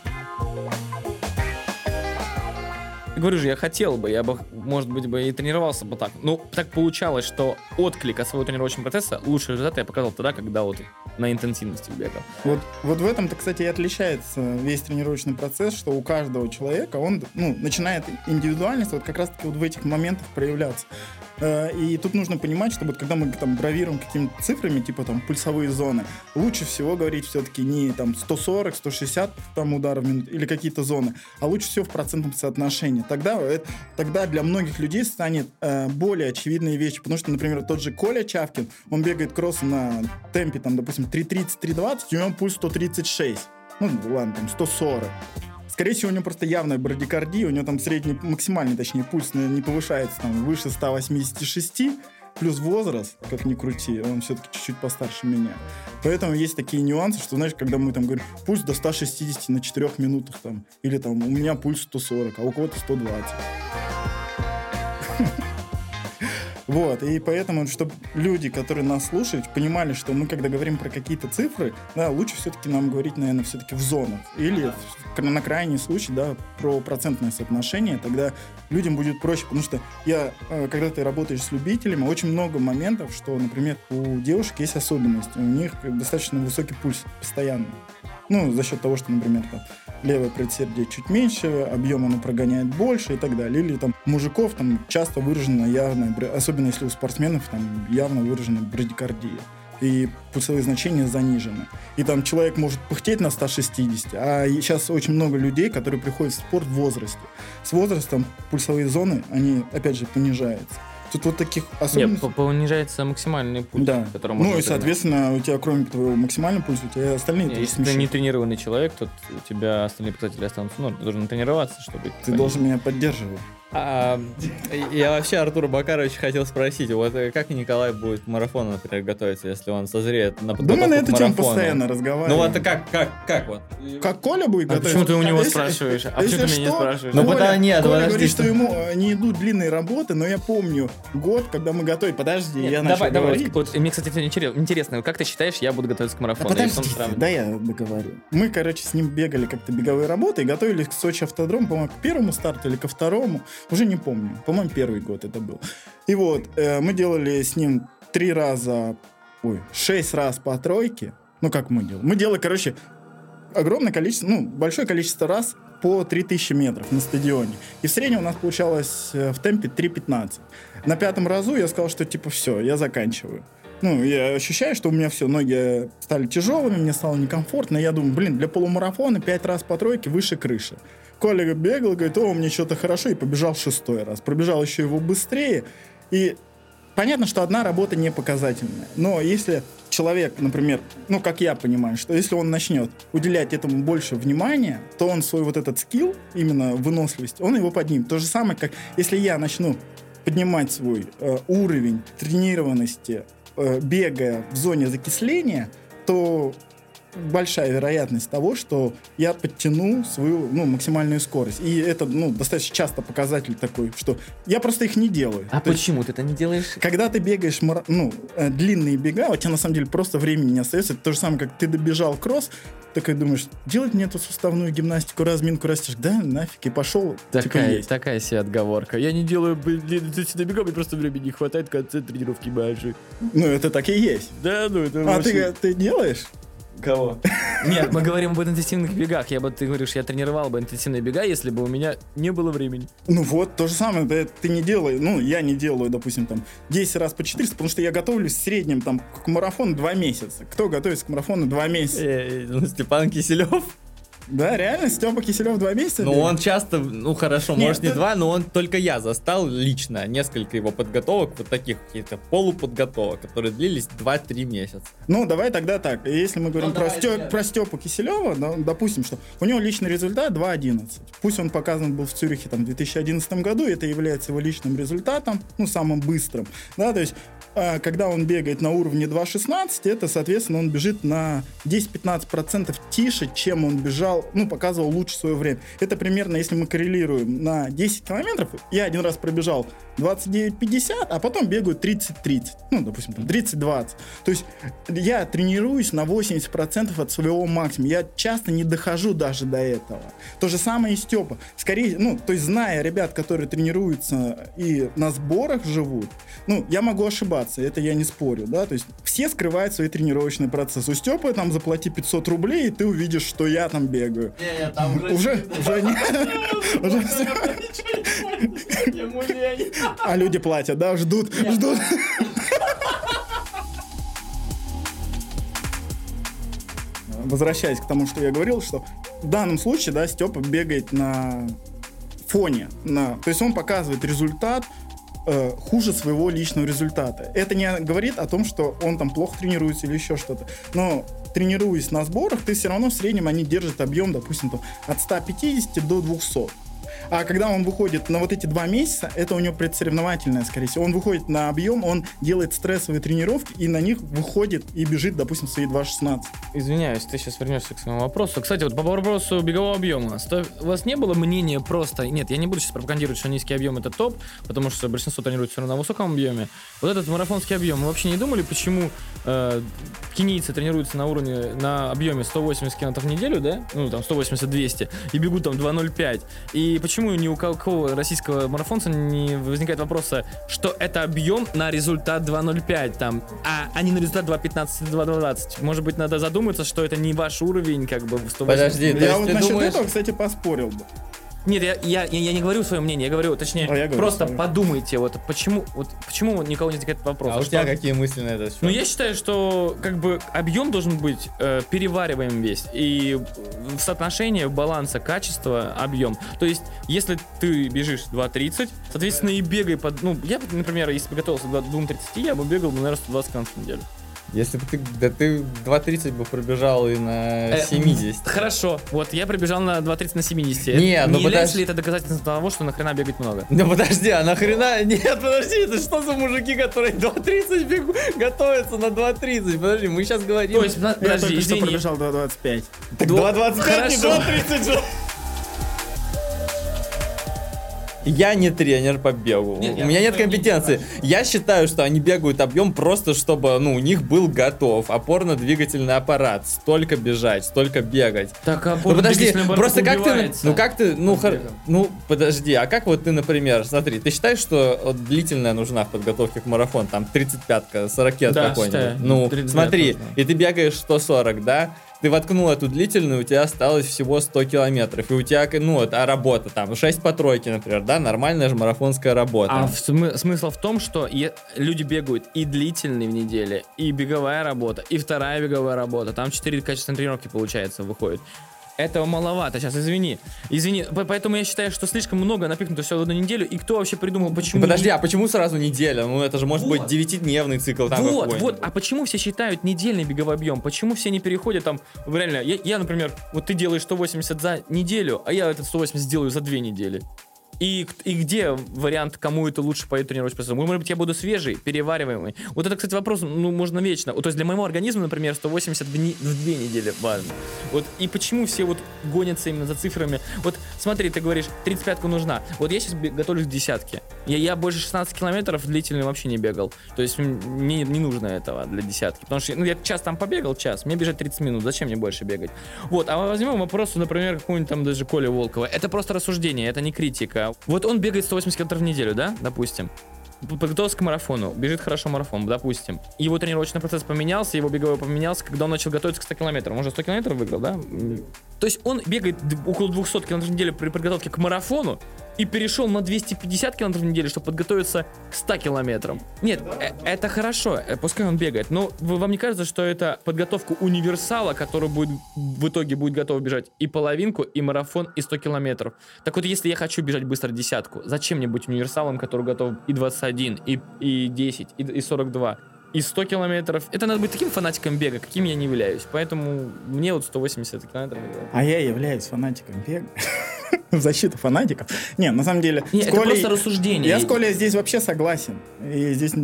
Говорю же, я хотел бы, я бы, может быть, и тренировался бы так. Но так получалось, что отклик от своего тренировочного процесса, лучший результат я показал тогда, когда вот на интенсивности бегал. Вот в этом-то, кстати, и отличается весь тренировочный процесс, что у каждого человека он, начинает индивидуальность вот как раз-таки вот в этих моментах проявляться. И тут нужно понимать, что вот когда мы там бравируем какими-то цифрами, типа там пульсовые зоны, лучше всего говорить все-таки не там 140, 160 там ударов в минуту или какие-то зоны, а лучше всего в процентном соотношении. Тогда для многих людей станет более очевидные вещи, потому что, например, тот же Коля Чавкин, он бегает кроссы на темпе, там, допустим, 3.30-3.20, и у него пульс 136. Ну, ладно, там 140. Скорее всего, у него просто явная брадикардия, у него там средний, максимальный, точнее, пульс не повышается там выше 186, плюс возраст, как ни крути, он все-таки чуть-чуть постарше меня. Поэтому есть такие нюансы, что, знаешь, когда мы там говорим, пульс до 160 на 4 минутах, там, или там у меня пульс 140, а у кого-то 120. Вот, и поэтому, чтобы люди, которые нас слушают, понимали, что мы, когда говорим про какие-то цифры, да, лучше все-таки нам говорить, наверное, все-таки в зонах. Или на крайний случай, да, про процентное соотношение, тогда людям будет проще, потому что когда ты работаешь с любителями, очень много моментов, что, например, у девушек есть особенность, у них достаточно высокий пульс постоянно. Ну, за счет того, что, например, там, левое предсердие чуть меньше, объем оно прогоняет больше и так далее. Или там у мужиков там часто выражена явная, особенно если у спортсменов там явно выражена брадикардия. И пульсовые значения занижены. И там человек может пыхтеть на 160, а сейчас очень много людей, которые приходят в спорт в возрасте. С возрастом пульсовые зоны, они, опять же, понижаются. Тут вот таких особенностей... Нет, понижается максимальный пульс. Да. Который можно и, соответственно, у тебя, кроме твоего максимального пульса, у тебя остальные... Нет, если ты не тренированный человек, то у тебя остальные показатели останутся. Ну, ты должен тренироваться, чтобы... Ты должен меня поддерживать. Я вообще Артура Бакаровича хотел спросить, вот как Николай будет к марафону, например, готовиться, если он созреет на подготовку к марафону? Да мы на эту тему постоянно разговариваем. Ну вот как вот? Как Коля будет готовиться? Почему ты у него спрашиваешь? А почему ты меня не спрашиваешь? Ну потому нет, Коля говорит, что ему не идут длинные работы, но я помню год, когда мы готовили. Подожди, я начал говорить. Вот, мне, кстати, интересно, как ты считаешь, я буду готовиться к марафону? Подожди, да я договорю. Мы, короче, с ним бегали как-то беговые работы и готовились к Сочи автодрому, по-моему, к первому старту или ко второму, уже не помню. По-моему, первый год это был. И вот, мы делали с ним 6 раз по тройке. Ну, как мы делали? Мы делали, короче, огромное количество, большое количество раз по 3000 метров на стадионе. И в среднем у нас получалось в темпе 3:15. На 5-м разу я сказал, что типа все, я заканчиваю. Я ощущаю, что у меня все, ноги стали тяжелыми, мне стало некомфортно. Я думаю, для полумарафона 5 раз по тройке выше крыши. Коля бегал, говорит, мне что-то хорошо, и побежал 6-й раз. Пробежал еще его быстрее. И понятно, что одна работа не показательная. Но если человек, например, как я понимаю, что если он начнет уделять этому больше внимания, то он свой вот этот скилл, именно выносливость, он его поднимет. То же самое, как если я начну поднимать свой уровень тренированности, бегая в зоне закисления, то большая вероятность того, что я подтяну свою максимальную скорость. И это достаточно часто показатель такой, что я просто их не делаю. А почему ты это не делаешь? Когда ты бегаешь длинные бега, у тебя на самом деле просто времени не остается. Это то же самое, как ты добежал кросс, такой думаешь, делать мне эту суставную гимнастику, разминку, растяжку, да, нафиг, и пошел. Такая себе отговорка. Я не делаю длительный бега, мне просто времени не хватает в конце тренировки большой. Это так и есть. Да, это А ты делаешь? Кого? Нет, мы говорим об интенсивных бегах. Ты говоришь, я тренировал бы интенсивные бега, если бы у меня не было времени. То же самое, ты не делай, я не делаю, допустим, 10 раз по 400, потому что я готовлюсь в среднем к марафону 2 месяца. Кто готовится к марафону 2 месяца? Степан Киселев. Да, реально, Степа Киселев 2 месяца? Он часто, хорошо, может не 2, но только я застал лично несколько его подготовок, вот таких каких-то полуподготовок, которые длились 2-3 месяца. Давай тогда так, если мы говорим про Степу Киселева, допустим, что у него личный результат 2:11. Пусть он показан был в Цюрихе в 2011 году, это является его личным результатом, самым быстрым, да, то есть когда он бегает на уровне 2:16, это, соответственно, он бежит на 10-15% тише, чем он бежал, показывал лучше свое время. Это примерно, если мы коррелируем на 10 километров, я один раз пробежал 29:50, а потом бегаю 30-30, допустим, 30-20. То есть я тренируюсь на 80% от своего максимума. Я часто не дохожу даже до этого. То же самое и Степа. Скорее, то есть зная ребят, которые тренируются и на сборах живут, я могу ошибаться, это я не спорю, да, то есть все скрывают свой тренировочный процесс. У Степы заплати 500 рублей, и ты увидишь, что я там бегаю. Там уже Ему лень. А люди платят, да, ждут. Возвращаясь к тому, что я говорил, что в данном случае, да, Степа бегает на фоне, то есть он показывает результат хуже своего личного результата. Это не говорит о том, что он плохо тренируется или еще что-то. Но тренируясь на сборах, ты все равно в среднем они держат объем, допустим, от 150 до 200. А когда он выходит на вот эти 2 месяца, это у него предсоревновательное, скорее всего. Он выходит на объем, он делает стрессовые тренировки и на них выходит и бежит, допустим, свои 2:16. Извиняюсь, ты сейчас вернешься к своему вопросу. Кстати, по вопросу бегового объема. У вас не было мнения просто... Нет, я не буду сейчас пропагандировать, что низкий объем — это топ, потому что большинство тренируется все равно на высоком объеме. Вот этот марафонский объем, вы вообще не думали, почему кенийцы тренируются на объеме 180 км в неделю, да? 180-200, и бегут 2:05. И почему ни у какого российского марафонца не возникает вопроса, что это объем на результат 2:05, а не на результат 2:15 или 2:20? Может быть, надо задуматься, что это не ваш уровень, 180. Подожди, я насчет этого, кстати, поспорил бы. Нет, я не говорю свое мнение, я говорю, просто подумайте, почему у никого не возникает вопрос. А у тебя какие мысли на это? Я считаю, что объем должен быть перевариваем весь. И в соотношении баланса качества объем. То есть, если ты бежишь 2:30, соответственно, и бегай я, например, если бы готовился к 2:30, я бы бегал, наверное, 120 км в неделю. Если бы ты 2:30 бы пробежал и на 70. Хорошо, я пробежал на 2:30 на 70. Не является ли это доказательством того, что нахрена бегать много? Подожди, а нахрена? Нет, подожди, это что за мужики, которые 2:30 бегут, готовятся на 2:30? Подожди, мы сейчас говорим... То есть, я только что пробежал 2:25. Так 2:25, не 2:30 же. Я не тренер по бегу. Нет, У меня нет компетенции. не Я считаю, что они бегают объем просто, чтобы, у них был готов опорно-двигательный аппарат. Столько бежать, столько бегать. Так, а Подожди, просто как бегом. подожди, а как вот ты, например, смотри, ты считаешь, что вот длительная нужна в подготовке к марафону, там 35-ка, 40-ка Да, какой-нибудь? считаю. Ну, 39 смотри, нужно. и ты бегаешь 140, да? Ты воткнул эту длительную, у тебя осталось всего 100 километров, и у тебя, работа там, 6 по тройке, например, да, нормальная же марафонская работа. А смысл в том, что люди бегают и длительные в неделе, и беговая работа, и вторая беговая работа. Там 4 качественные тренировки, получается, выходит. Этого маловато, сейчас, извини. Поэтому я считаю, что слишком много напихнуто все в одну неделю, и кто вообще придумал, почему... Подожди, а почему сразу неделя? Ну, это же может быть 9-дневный цикл там какой-нибудь. А почему все считают недельный беговой объем? Почему все не переходят там, реально, я, например, вот ты делаешь 180 за неделю, а я этот 180 делаю за 2 недели. И где вариант, кому это лучше пойдет тренировочный процесс? Может быть, я буду свежий, перевариваемый. Вот это, кстати, вопрос, можно вечно. То есть для моего организма, например, 180 в 2 недели важно. Вот и почему все вот гонятся именно за цифрами? Вот смотри, ты говоришь, 35-ку нужна. Вот я сейчас готовлюсь к десятке. Я больше 16 километров длительный вообще не бегал. То есть мне не нужно этого для десятки. Потому что я час там побегал, мне бежать 30 минут. Зачем мне больше бегать? Вот, а возьмем вопрос, например, какого-нибудь там даже Коля Волкова. Это просто рассуждение, это не критика. Вот он бегает 180 километров в неделю, да, допустим. Подготовился к марафону, бежит хорошо марафон, допустим. Его тренировочный процесс поменялся, его беговой поменялся, когда он начал готовиться к 100 километрам. Он уже 100 километров выиграл, да? То есть он бегает около 200 километров в неделю при подготовке к марафону и перешел на 250 километров в неделю, чтобы подготовиться к 100 километрам. Нет, это хорошо, пускай он бегает, но вам не кажется, что это подготовка универсала, который в итоге будет готов бежать и половинку, и марафон, и 100 километров? Так вот, если я хочу бежать быстро десятку, зачем мне быть универсалом, который готов и 21, и 10, и 42? И 100 километров. Это надо быть таким фанатиком бега, каким я не являюсь. Поэтому мне вот 180 километров. А я являюсь фанатиком бега. В защиту фанатиков. Не, на самом деле... Это просто рассуждение. Я с Колей здесь вообще согласен. И здесь,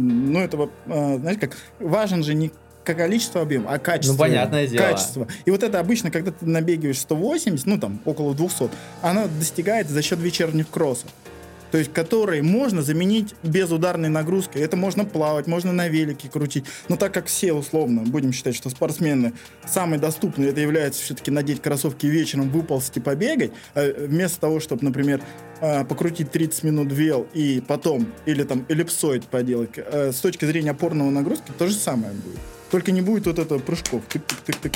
знаешь, как важен же не количество объема, а качество. Ну, понятное дело. Качество. И вот это обычно, когда ты набегаешь 180, около 200, оно достигается за счет вечерних кроссов. То есть, которые можно заменить без ударной нагрузки. Это можно плавать, можно на велике крутить. Но так как все, условно, будем считать, что спортсмены самые доступные, это является все-таки надеть кроссовки вечером, выползти и побегать, вместо того, чтобы, например, покрутить 30 минут вел и потом, или там эллипсоид поделать, с точки зрения опорного нагрузки, то же самое будет. Только не будет вот этого прыжков. Тык-тык-тык-тык.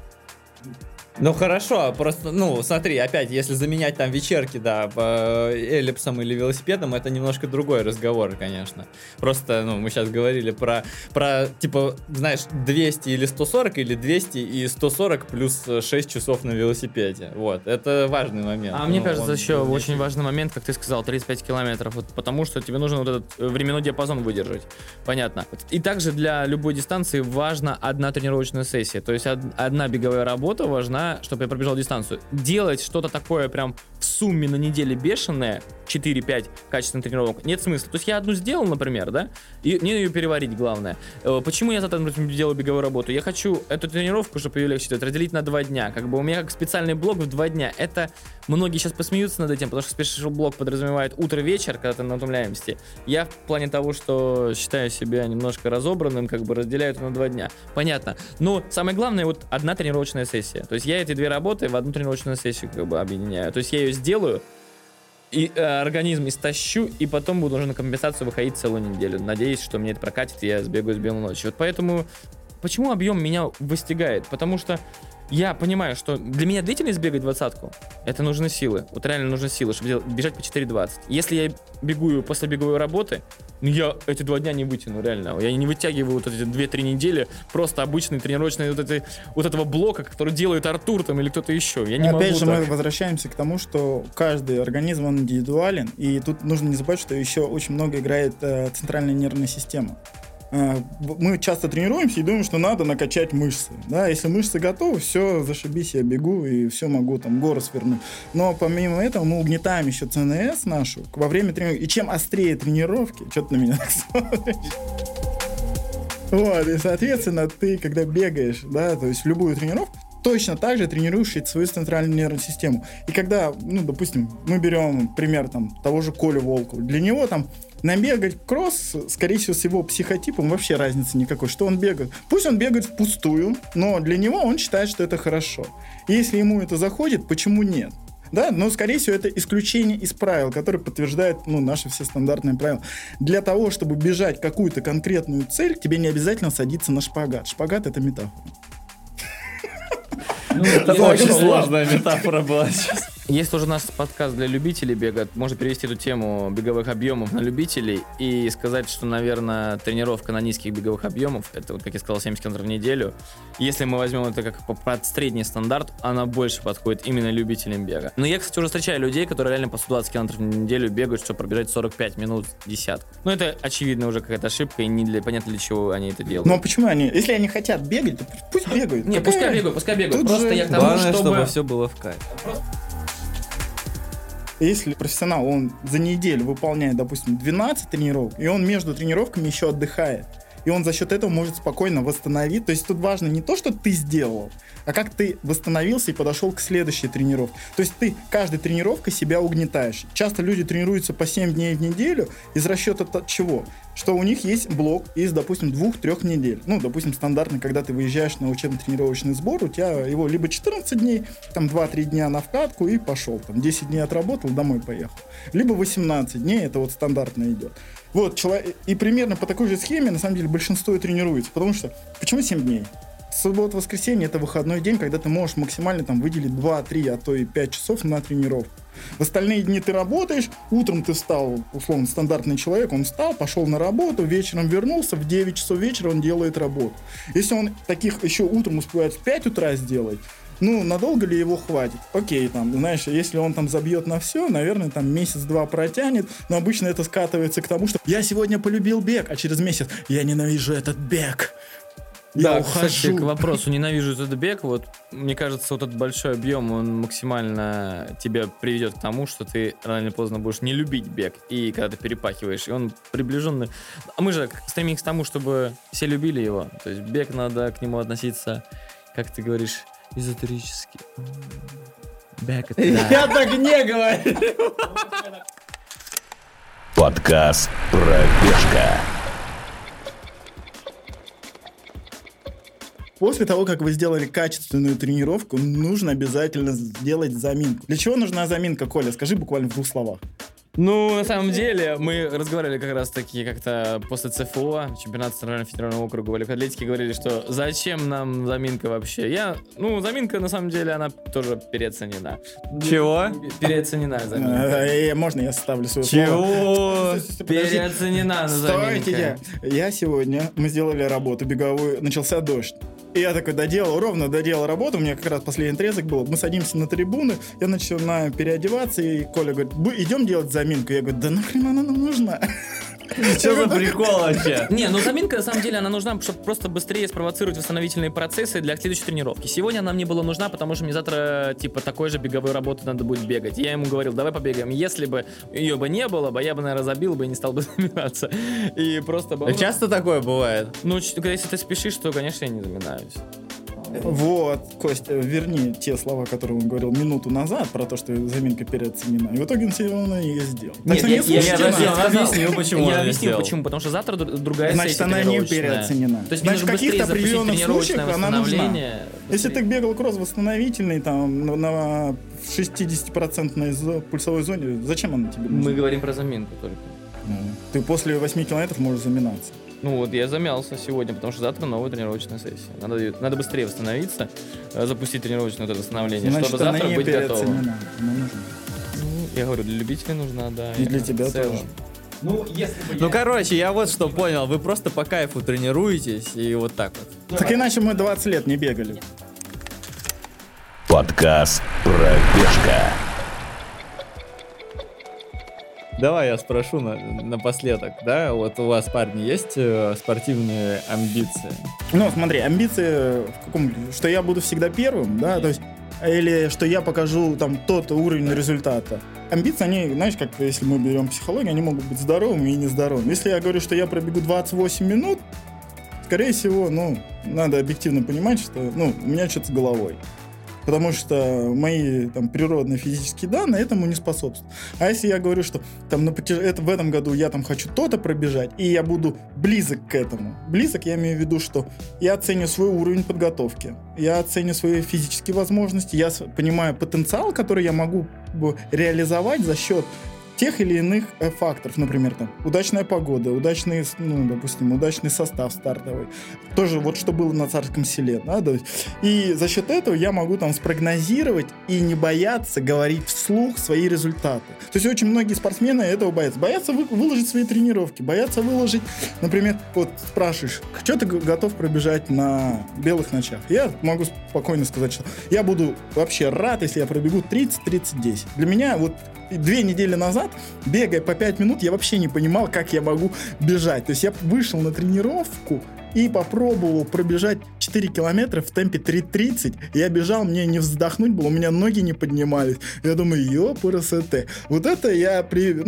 Ну хорошо, просто, смотри, опять, если заменять там вечерки, да, эллипсом или велосипедом, это немножко другой разговор, конечно. Просто, мы сейчас говорили про, типа, знаешь, 200 или 140, или 200 и 140 плюс 6 часов на велосипеде. Вот, это важный момент. А мне кажется, еще очень важный момент, как ты сказал, 35 километров, вот, потому что тебе нужно вот этот временной диапазон выдержать. Понятно. И также для любой дистанции важна одна тренировочная сессия, то есть одна беговая работа важна, чтобы я пробежал дистанцию. Делать что-то такое прям в сумме на неделе бешеное, 4-5 качественных тренировок, нет смысла. То есть я одну сделал, например, да, и мне ее переварить главное. Почему я завтра, например, делаю беговую работу? Я хочу эту тренировку, чтобы ее легче делать, разделить на 2 дня. Как бы у меня как специальный блок в 2 дня. Это многие сейчас посмеются над этим, потому что спешл блок подразумевает утро-вечер, когда ты на утомляемости. Я в плане того, что считаю себя немножко разобранным, как бы разделяю это на 2 дня. Понятно. Но самое главное, вот одна тренировочная сессия. То есть я эти 2 работы в одну тренировочную сессию как бы объединяю. То есть я ее сделаю, и организм истощу, и потом буду уже на компенсацию выходить целую неделю. Надеюсь, что мне это прокатит, и я сбегаю с белой ночи. Вот поэтому, почему объем меня выстигает? Потому что я понимаю, что для меня длительность бегать 20-ку, это нужны силы. Вот реально нужны силы, чтобы бежать по 4:20. Если я бегу после беговой работы, я эти 2 дня не вытяну, реально. Я не вытягиваю вот эти 2-3 недели просто обычный тренировочный вот этого блока, который делает Артур там или кто-то еще. Я не могу. Опять же, мы возвращаемся к тому, что каждый организм, он индивидуален, и тут нужно не забывать, что еще очень много играет центральная нервная система. Мы часто тренируемся и думаем, что надо накачать мышцы. Да? Если мышцы готовы, все, зашибись, я бегу и все могу там горы свернуть. Но помимо этого мы угнетаем еще ЦНС нашу во время тренировки. И чем острее тренировки, что ты на меня так смотришь? Вот, и, соответственно, ты, когда бегаешь, да, то есть в любую тренировку, точно так же тренируешь и свою центральную нервную систему. И когда, ну, допустим, мы берем пример там того же Колю Волкова, для него там набегать кросс, скорее всего, с его психотипом вообще разницы никакой, что он бегает. Пусть он бегает впустую, но для него он считает, что это хорошо. И если ему это заходит, почему нет? Да, но, скорее всего, это исключение из правил, которые подтверждают, ну, наши все стандартные правила. Для того, чтобы бежать какую-то конкретную цель, тебе не обязательно садиться на шпагат. Шпагат — это метафора. Это очень сложная метафора была сейчас. Есть тоже у нас подкаст для любителей бега. Можно перевести эту тему беговых объемов на любителей и сказать, что, наверное, тренировка на низких беговых объемов, это, вот, как я сказал, 70 км в неделю. Если мы возьмем это как под средний стандарт, она больше подходит именно любителям бега. Но я, кстати, уже встречаю людей, которые реально по 120 км в неделю бегают, чтобы пробежать 45 минут десятку. Но это, очевидно, уже какая-то ошибка, и не для, понятно, для чего они это делают. Но почему они? Если они хотят бегать, то пусть бегают. Не, пускай бегают. Тут Просто же я к тому, Главное, чтобы все было в кайф. Если профессионал, он за неделю выполняет, допустим, 12 тренировок, и он между тренировками еще отдыхает, и он за счет этого может спокойно восстановить. То есть тут важно не то, что ты сделал, а как ты восстановился и подошел к следующей тренировке. То есть ты каждой тренировкой себя угнетаешь. Часто люди тренируются по 7 дней в неделю из расчета чего? Что у них есть блок из, допустим, 2-3 недель. Ну, допустим, стандартно, когда ты выезжаешь на учебно-тренировочный сбор, у тебя его либо 14 дней, там 2-3 дня на вкатку и пошел. Там 10 дней отработал, домой поехал. Либо 18 дней, это вот стандартно идет. Вот, человек, и примерно по такой же схеме, на самом деле, большинство и тренируется. Потому что, почему 7 дней? Суббота, воскресенье — это выходной день, когда ты можешь максимально там выделить 2-3, а то и 5 часов на тренировку. В остальные дни ты работаешь, утром ты встал, условно, стандартный человек, он встал, пошел на работу, вечером вернулся, в 9 часов вечера он делает работу. Если он таких еще утром успевает в 5 утра сделать, ну, надолго ли его хватит? Окей, там, знаешь, если он там забьет на все, наверное, там месяц-два протянет, но обычно это скатывается к тому, что я сегодня полюбил бег, а через месяц я ненавижу этот бег. Да, Я ухожу. кстати, к вопросу, ненавижу этот бег, вот, мне кажется, вот этот большой объем, он максимально тебя приведет к тому, что ты рано или поздно будешь не любить бег, и когда ты перепахиваешь, и он приближенный. А мы же стремимся к тому, чтобы все любили его, то есть бег, надо к нему относиться, как ты говоришь, эзотерически. Бег — это да. Я так не говорю. Подкаст «Пробежка». После того, как вы сделали качественную тренировку, нужно обязательно сделать заминку. Для чего нужна заминка, Коля? Скажи буквально в 2 словах. Ну, на самом деле, мы разговаривали как раз таки как-то после ЦФО, чемпионата Центрального федерального округа в легкоатлетике, говорили, что зачем нам заминка вообще? Заминка, на самом деле, она тоже переоценена. Чего? Переоценена заминка. Можно я составлю свое Чего? слово? Переоценена заминка. Стойте, я сегодня, мы сделали работу беговую, начался дождь. И я такой ровно доделал работу, у меня как раз последний отрезок был. Мы садимся на трибуны, я начинаю переодеваться, и Коля говорит, идем делать заминку. Я говорю, да нахрен она нам нужна? Что за прикол вообще? Не, заминка, на самом деле, она нужна, чтобы просто быстрее спровоцировать восстановительные процессы для следующей тренировки. Сегодня она мне была нужна, потому что мне завтра, такой же беговой работы надо будет бегать. Я ему говорил, давай побегаем. Если бы ее бы не было, я бы, наверное, забил бы и не стал бы заниматься. И просто бы... Часто такое бывает? Если ты спешишь, то, конечно, я не заминаюсь. Вот, Костя, верни те слова, которые он говорил минуту назад, про то, что заминка переоценена. И в итоге он все равно ее сделал. Нет, так что не слушайте нас. Я объяснил, почему Я он объяснил, сделал. почему. Потому что завтра другая Значит, сессия она не тренировочная. переоценена. То есть мне Значит, нужно в каких-то быстрее запустить определенных тренировочное случаях она нужна. восстановление. Если ты бегал кросс восстановительный, там, на 60% пульсовой зоне, зачем она тебе нужна? Мы говорим про заминку только. Ты после 8 километров можешь заминаться. Я замялся сегодня, потому что завтра новая тренировочная сессия. Надо быстрее восстановиться, запустить тренировочное восстановление, Значит, чтобы завтра она не быть готовым. переоценена. Она нужна. Я говорю, для любителей нужна, да. И для тебя тоже. Короче, я вот что понял. Вы просто по кайфу тренируетесь и вот так вот. Так иначе мы 20 лет не бегали. Подкаст «Пробежка». Давай я спрошу напоследок, да? Вот у вас, парни, есть спортивные амбиции? Смотри, амбиции в каком... Что я буду всегда первым, да? То есть, или что я покажу там тот уровень результата. Амбиции, они, знаешь, как если мы берем психологию, они могут быть здоровыми и нездоровыми. Если я говорю, что я пробегу 28 минут, скорее всего, надо объективно понимать, что, у меня что-то с головой. потому что мои там природные физические данные этому не способствуют. А если я говорю, что там в этом году я там хочу то-то пробежать, и я буду близок к этому. Близок, я имею в виду, что я оценю свой уровень подготовки, я оценю свои физические возможности, я понимаю потенциал, который я могу реализовать за счет тех или иных факторов, например, там, удачная погода, удачный состав стартовый, тоже вот что было на Царском селе, да, и за счет этого я могу там спрогнозировать и не бояться говорить вслух свои результаты. То есть очень многие спортсмены этого боятся выложить свои тренировки, боятся выложить, например, вот спрашиваешь, что ты готов пробежать на белых ночах? Я могу спокойно сказать, что я буду вообще рад, если я пробегу 30-30-10. Для меня вот 2 недели назад, бегая по 5 минут, я вообще не понимал, как я могу бежать. То есть я вышел на тренировку и попробовал пробежать 4 километра в темпе 3:30. Я бежал, мне не вздохнуть было, у меня ноги не поднимались. Я думаю, ёпрст. Вот это я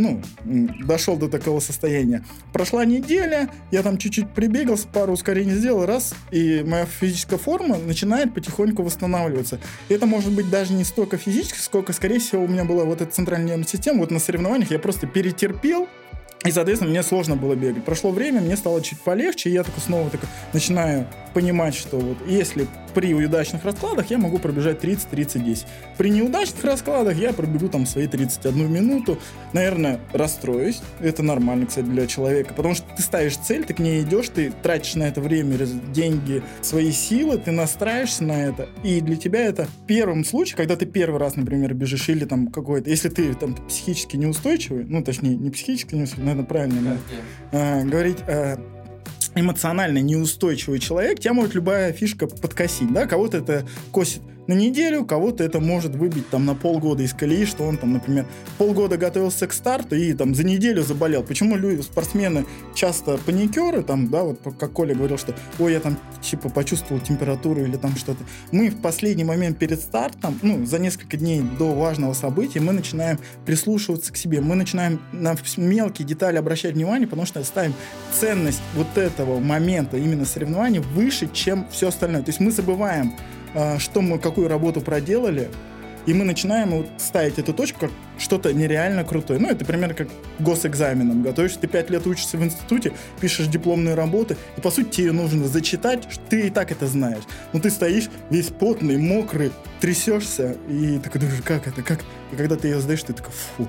дошел до такого состояния. Прошла неделя, я там чуть-чуть прибегал, пару ускорений сделал, раз, и моя физическая форма начинает потихоньку восстанавливаться. И это может быть даже не столько физически, сколько, скорее всего, у меня была вот эта центральная нервная система. Вот на соревнованиях я просто перетерпел, и, соответственно, мне сложно было бегать. Прошло время, мне стало чуть полегче, и я снова начинаю понимать, что вот если при удачных раскладах я могу пробежать 30-30-10. При неудачных раскладах я пробегу там свои 31 минуту. Наверное, расстроюсь. Это нормально, кстати, для человека. Потому что ты ставишь цель, ты к ней идешь, ты тратишь на это время, деньги, свои силы, ты настраиваешься на это. И для тебя это в первом случае, когда ты первый раз, например, бежишь, или там какой-то, если ты там психически неустойчивый, точнее, не психически неустойчивый, наверное, правильно говорить, эмоционально неустойчивый человек, тебя может любая фишка подкосить, да, кого-то это косит на неделю, кого-то это может выбить там на полгода из колеи, что он там, например, полгода готовился к старту и там за неделю заболел. Почему спортсмены часто паникеры, там, да, вот как Коля говорил, что ой, я там типа почувствовал температуру или там что-то. Мы в последний момент перед стартом, за несколько дней до важного события, мы начинаем прислушиваться к себе, мы начинаем на мелкие детали обращать внимание, потому что ставим ценность вот этого момента именно соревнований выше, чем все остальное. То есть мы забываем, что мы, какую работу проделали, и мы начинаем ставить эту точку как что-то нереально крутое. Это примерно как госэкзаменом. Готовишься, ты 5 лет учишься в институте, пишешь дипломные работы, и, по сути, тебе нужно зачитать, ты и так это знаешь. Но ты стоишь весь потный, мокрый, трясешься, и такой думаешь, как это, как? И когда ты ее сдаешь, ты такой, фу.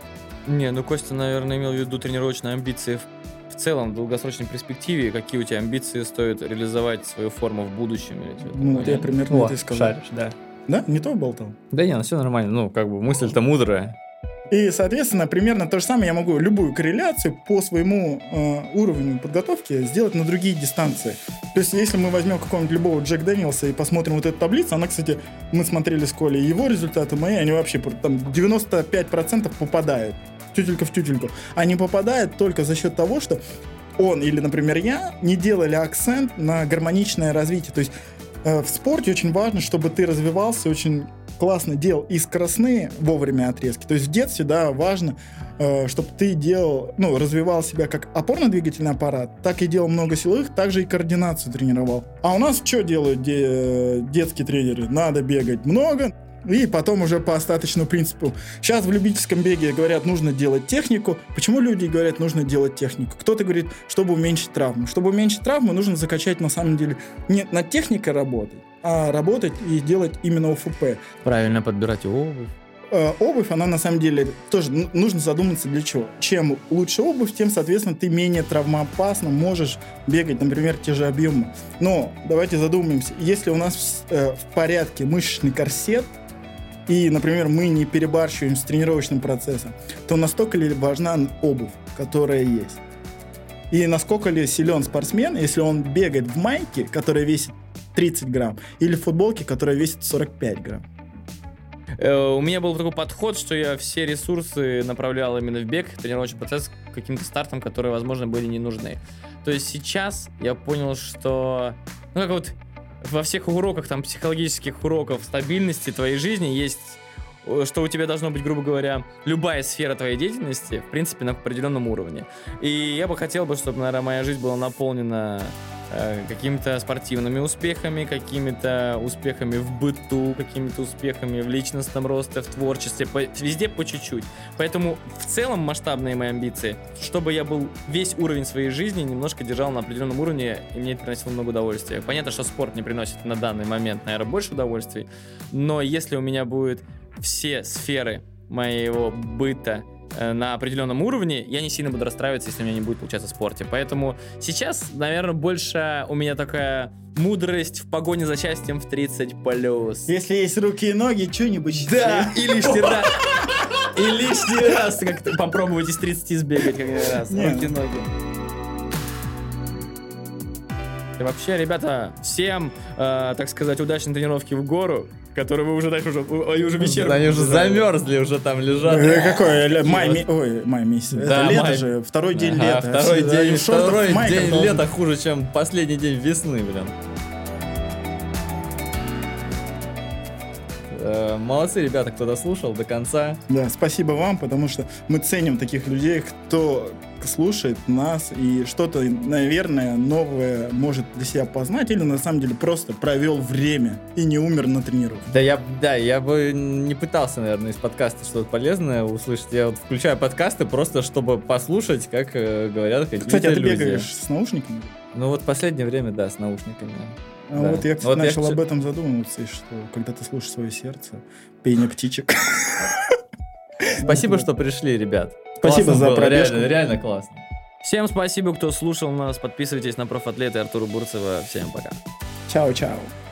Костя, наверное, имел в виду тренировочные амбиции в целом, в долгосрочной перспективе. Какие у тебя амбиции стоит реализовать свою форму в будущем? Я примерно это и сказал. Шаришь, да. Да? Не то болтал? Да не, все нормально. Мысль-то мудрая. И, соответственно, примерно то же самое я могу любую корреляцию по своему уровню подготовки сделать на другие дистанции. То есть, если мы возьмем какого-нибудь любого Джек Дэниелса и посмотрим вот эту таблицу, она, кстати, мы смотрели с Колей его результаты, мои, они вообще там 95% попадают. Тютелька в тютельку. А не попадает только за счет того, что он или, например, я не делали акцент на гармоничное развитие. То есть в спорте очень важно, чтобы ты развивался, очень классно делал и скоростные вовремя отрезки. То есть в детстве, да, важно, чтобы ты развивал себя как опорно-двигательный аппарат, так и делал много силовых, также и координацию тренировал. А у нас что делают детские тренеры? Надо бегать много, и потом уже по остаточному принципу. Сейчас в любительском беге говорят, нужно делать технику. Почему люди говорят, нужно делать технику? Кто-то говорит, чтобы уменьшить травму. Чтобы уменьшить травму, нужно закачать, на самом деле, не над техникой работать, а работать и делать именно ОФП. Правильно подбирать обувь. Обувь, она на самом деле тоже нужно задуматься для чего. Чем лучше обувь, тем, соответственно, ты менее травмоопасно можешь бегать, например, те же объемы. Но давайте задумаемся. Если у нас в порядке мышечный корсет, и, например, мы не перебарщиваем с тренировочным процессом, то настолько ли важна обувь, которая есть? И насколько ли силен спортсмен, если он бегает в майке, которая весит 30 грамм, или в футболке, которая весит 45 грамм? У меня был такой подход, что я все ресурсы направлял именно в бег, тренировочный процесс, к каким-то стартам, которые, возможно, были не нужны. То есть сейчас я понял, что... во всех уроках, там, психологических уроков стабильности твоей жизни есть, что у тебя должно быть, грубо говоря, любая сфера твоей деятельности, в принципе, на определенном уровне. И я бы хотел, чтобы, наверное, моя жизнь была наполнена какими-то спортивными успехами, какими-то успехами в быту, какими-то успехами в личностном росте, в творчестве, везде по чуть-чуть. Поэтому в целом масштабные мои амбиции, чтобы я был весь уровень своей жизни немножко держал на определенном уровне, и мне это приносило много удовольствия. Понятно, что спорт не приносит на данный момент, наверное, больше удовольствий, но если у меня будут все сферы моего быта на определенном уровне, я не сильно буду расстраиваться, если у меня не будет получаться в спорте. Поэтому сейчас, наверное, больше у меня такая мудрость в погоне за счастьем в 30+. Если есть руки и ноги, что-нибудь. Да, и лишний раз. И лишний раз как-то попробовать из 30 сбегать как раз. Руки-ноги. И вообще, ребята, всем, так сказать, удачной тренировки в гору, которые вы уже дальше уже вечером. Они уже замерзли, уже там лежат. Какой? Май месяц. Да, Это лето май. же, второй день лета. Второй день лета лета хуже, чем последний день весны, блин. Молодцы, ребята, кто дослушал до конца. Да, спасибо вам, потому что мы ценим таких людей, кто слушает нас и что-то, наверное, новое может для себя познать или на самом деле просто провел время и не умер на тренировке. Я бы не пытался, наверное, из подкаста что-то полезное услышать. Я вот включаю подкасты просто, чтобы послушать, как говорят какие-то Кстати, а ты люди. бегаешь с наушниками? Ну вот в последнее время, да, с наушниками. А Да. вот я, кстати, Вот я начал хочу- об этом задумываться, и что когда ты слушаешь свое сердце, пение птичек. Спасибо, что пришли, ребят. Спасибо Классно за было, пробежку. реально классно. Всем спасибо, кто слушал нас. Подписывайтесь на профатлета и Артура Бурцева. Всем пока. Чао-чао.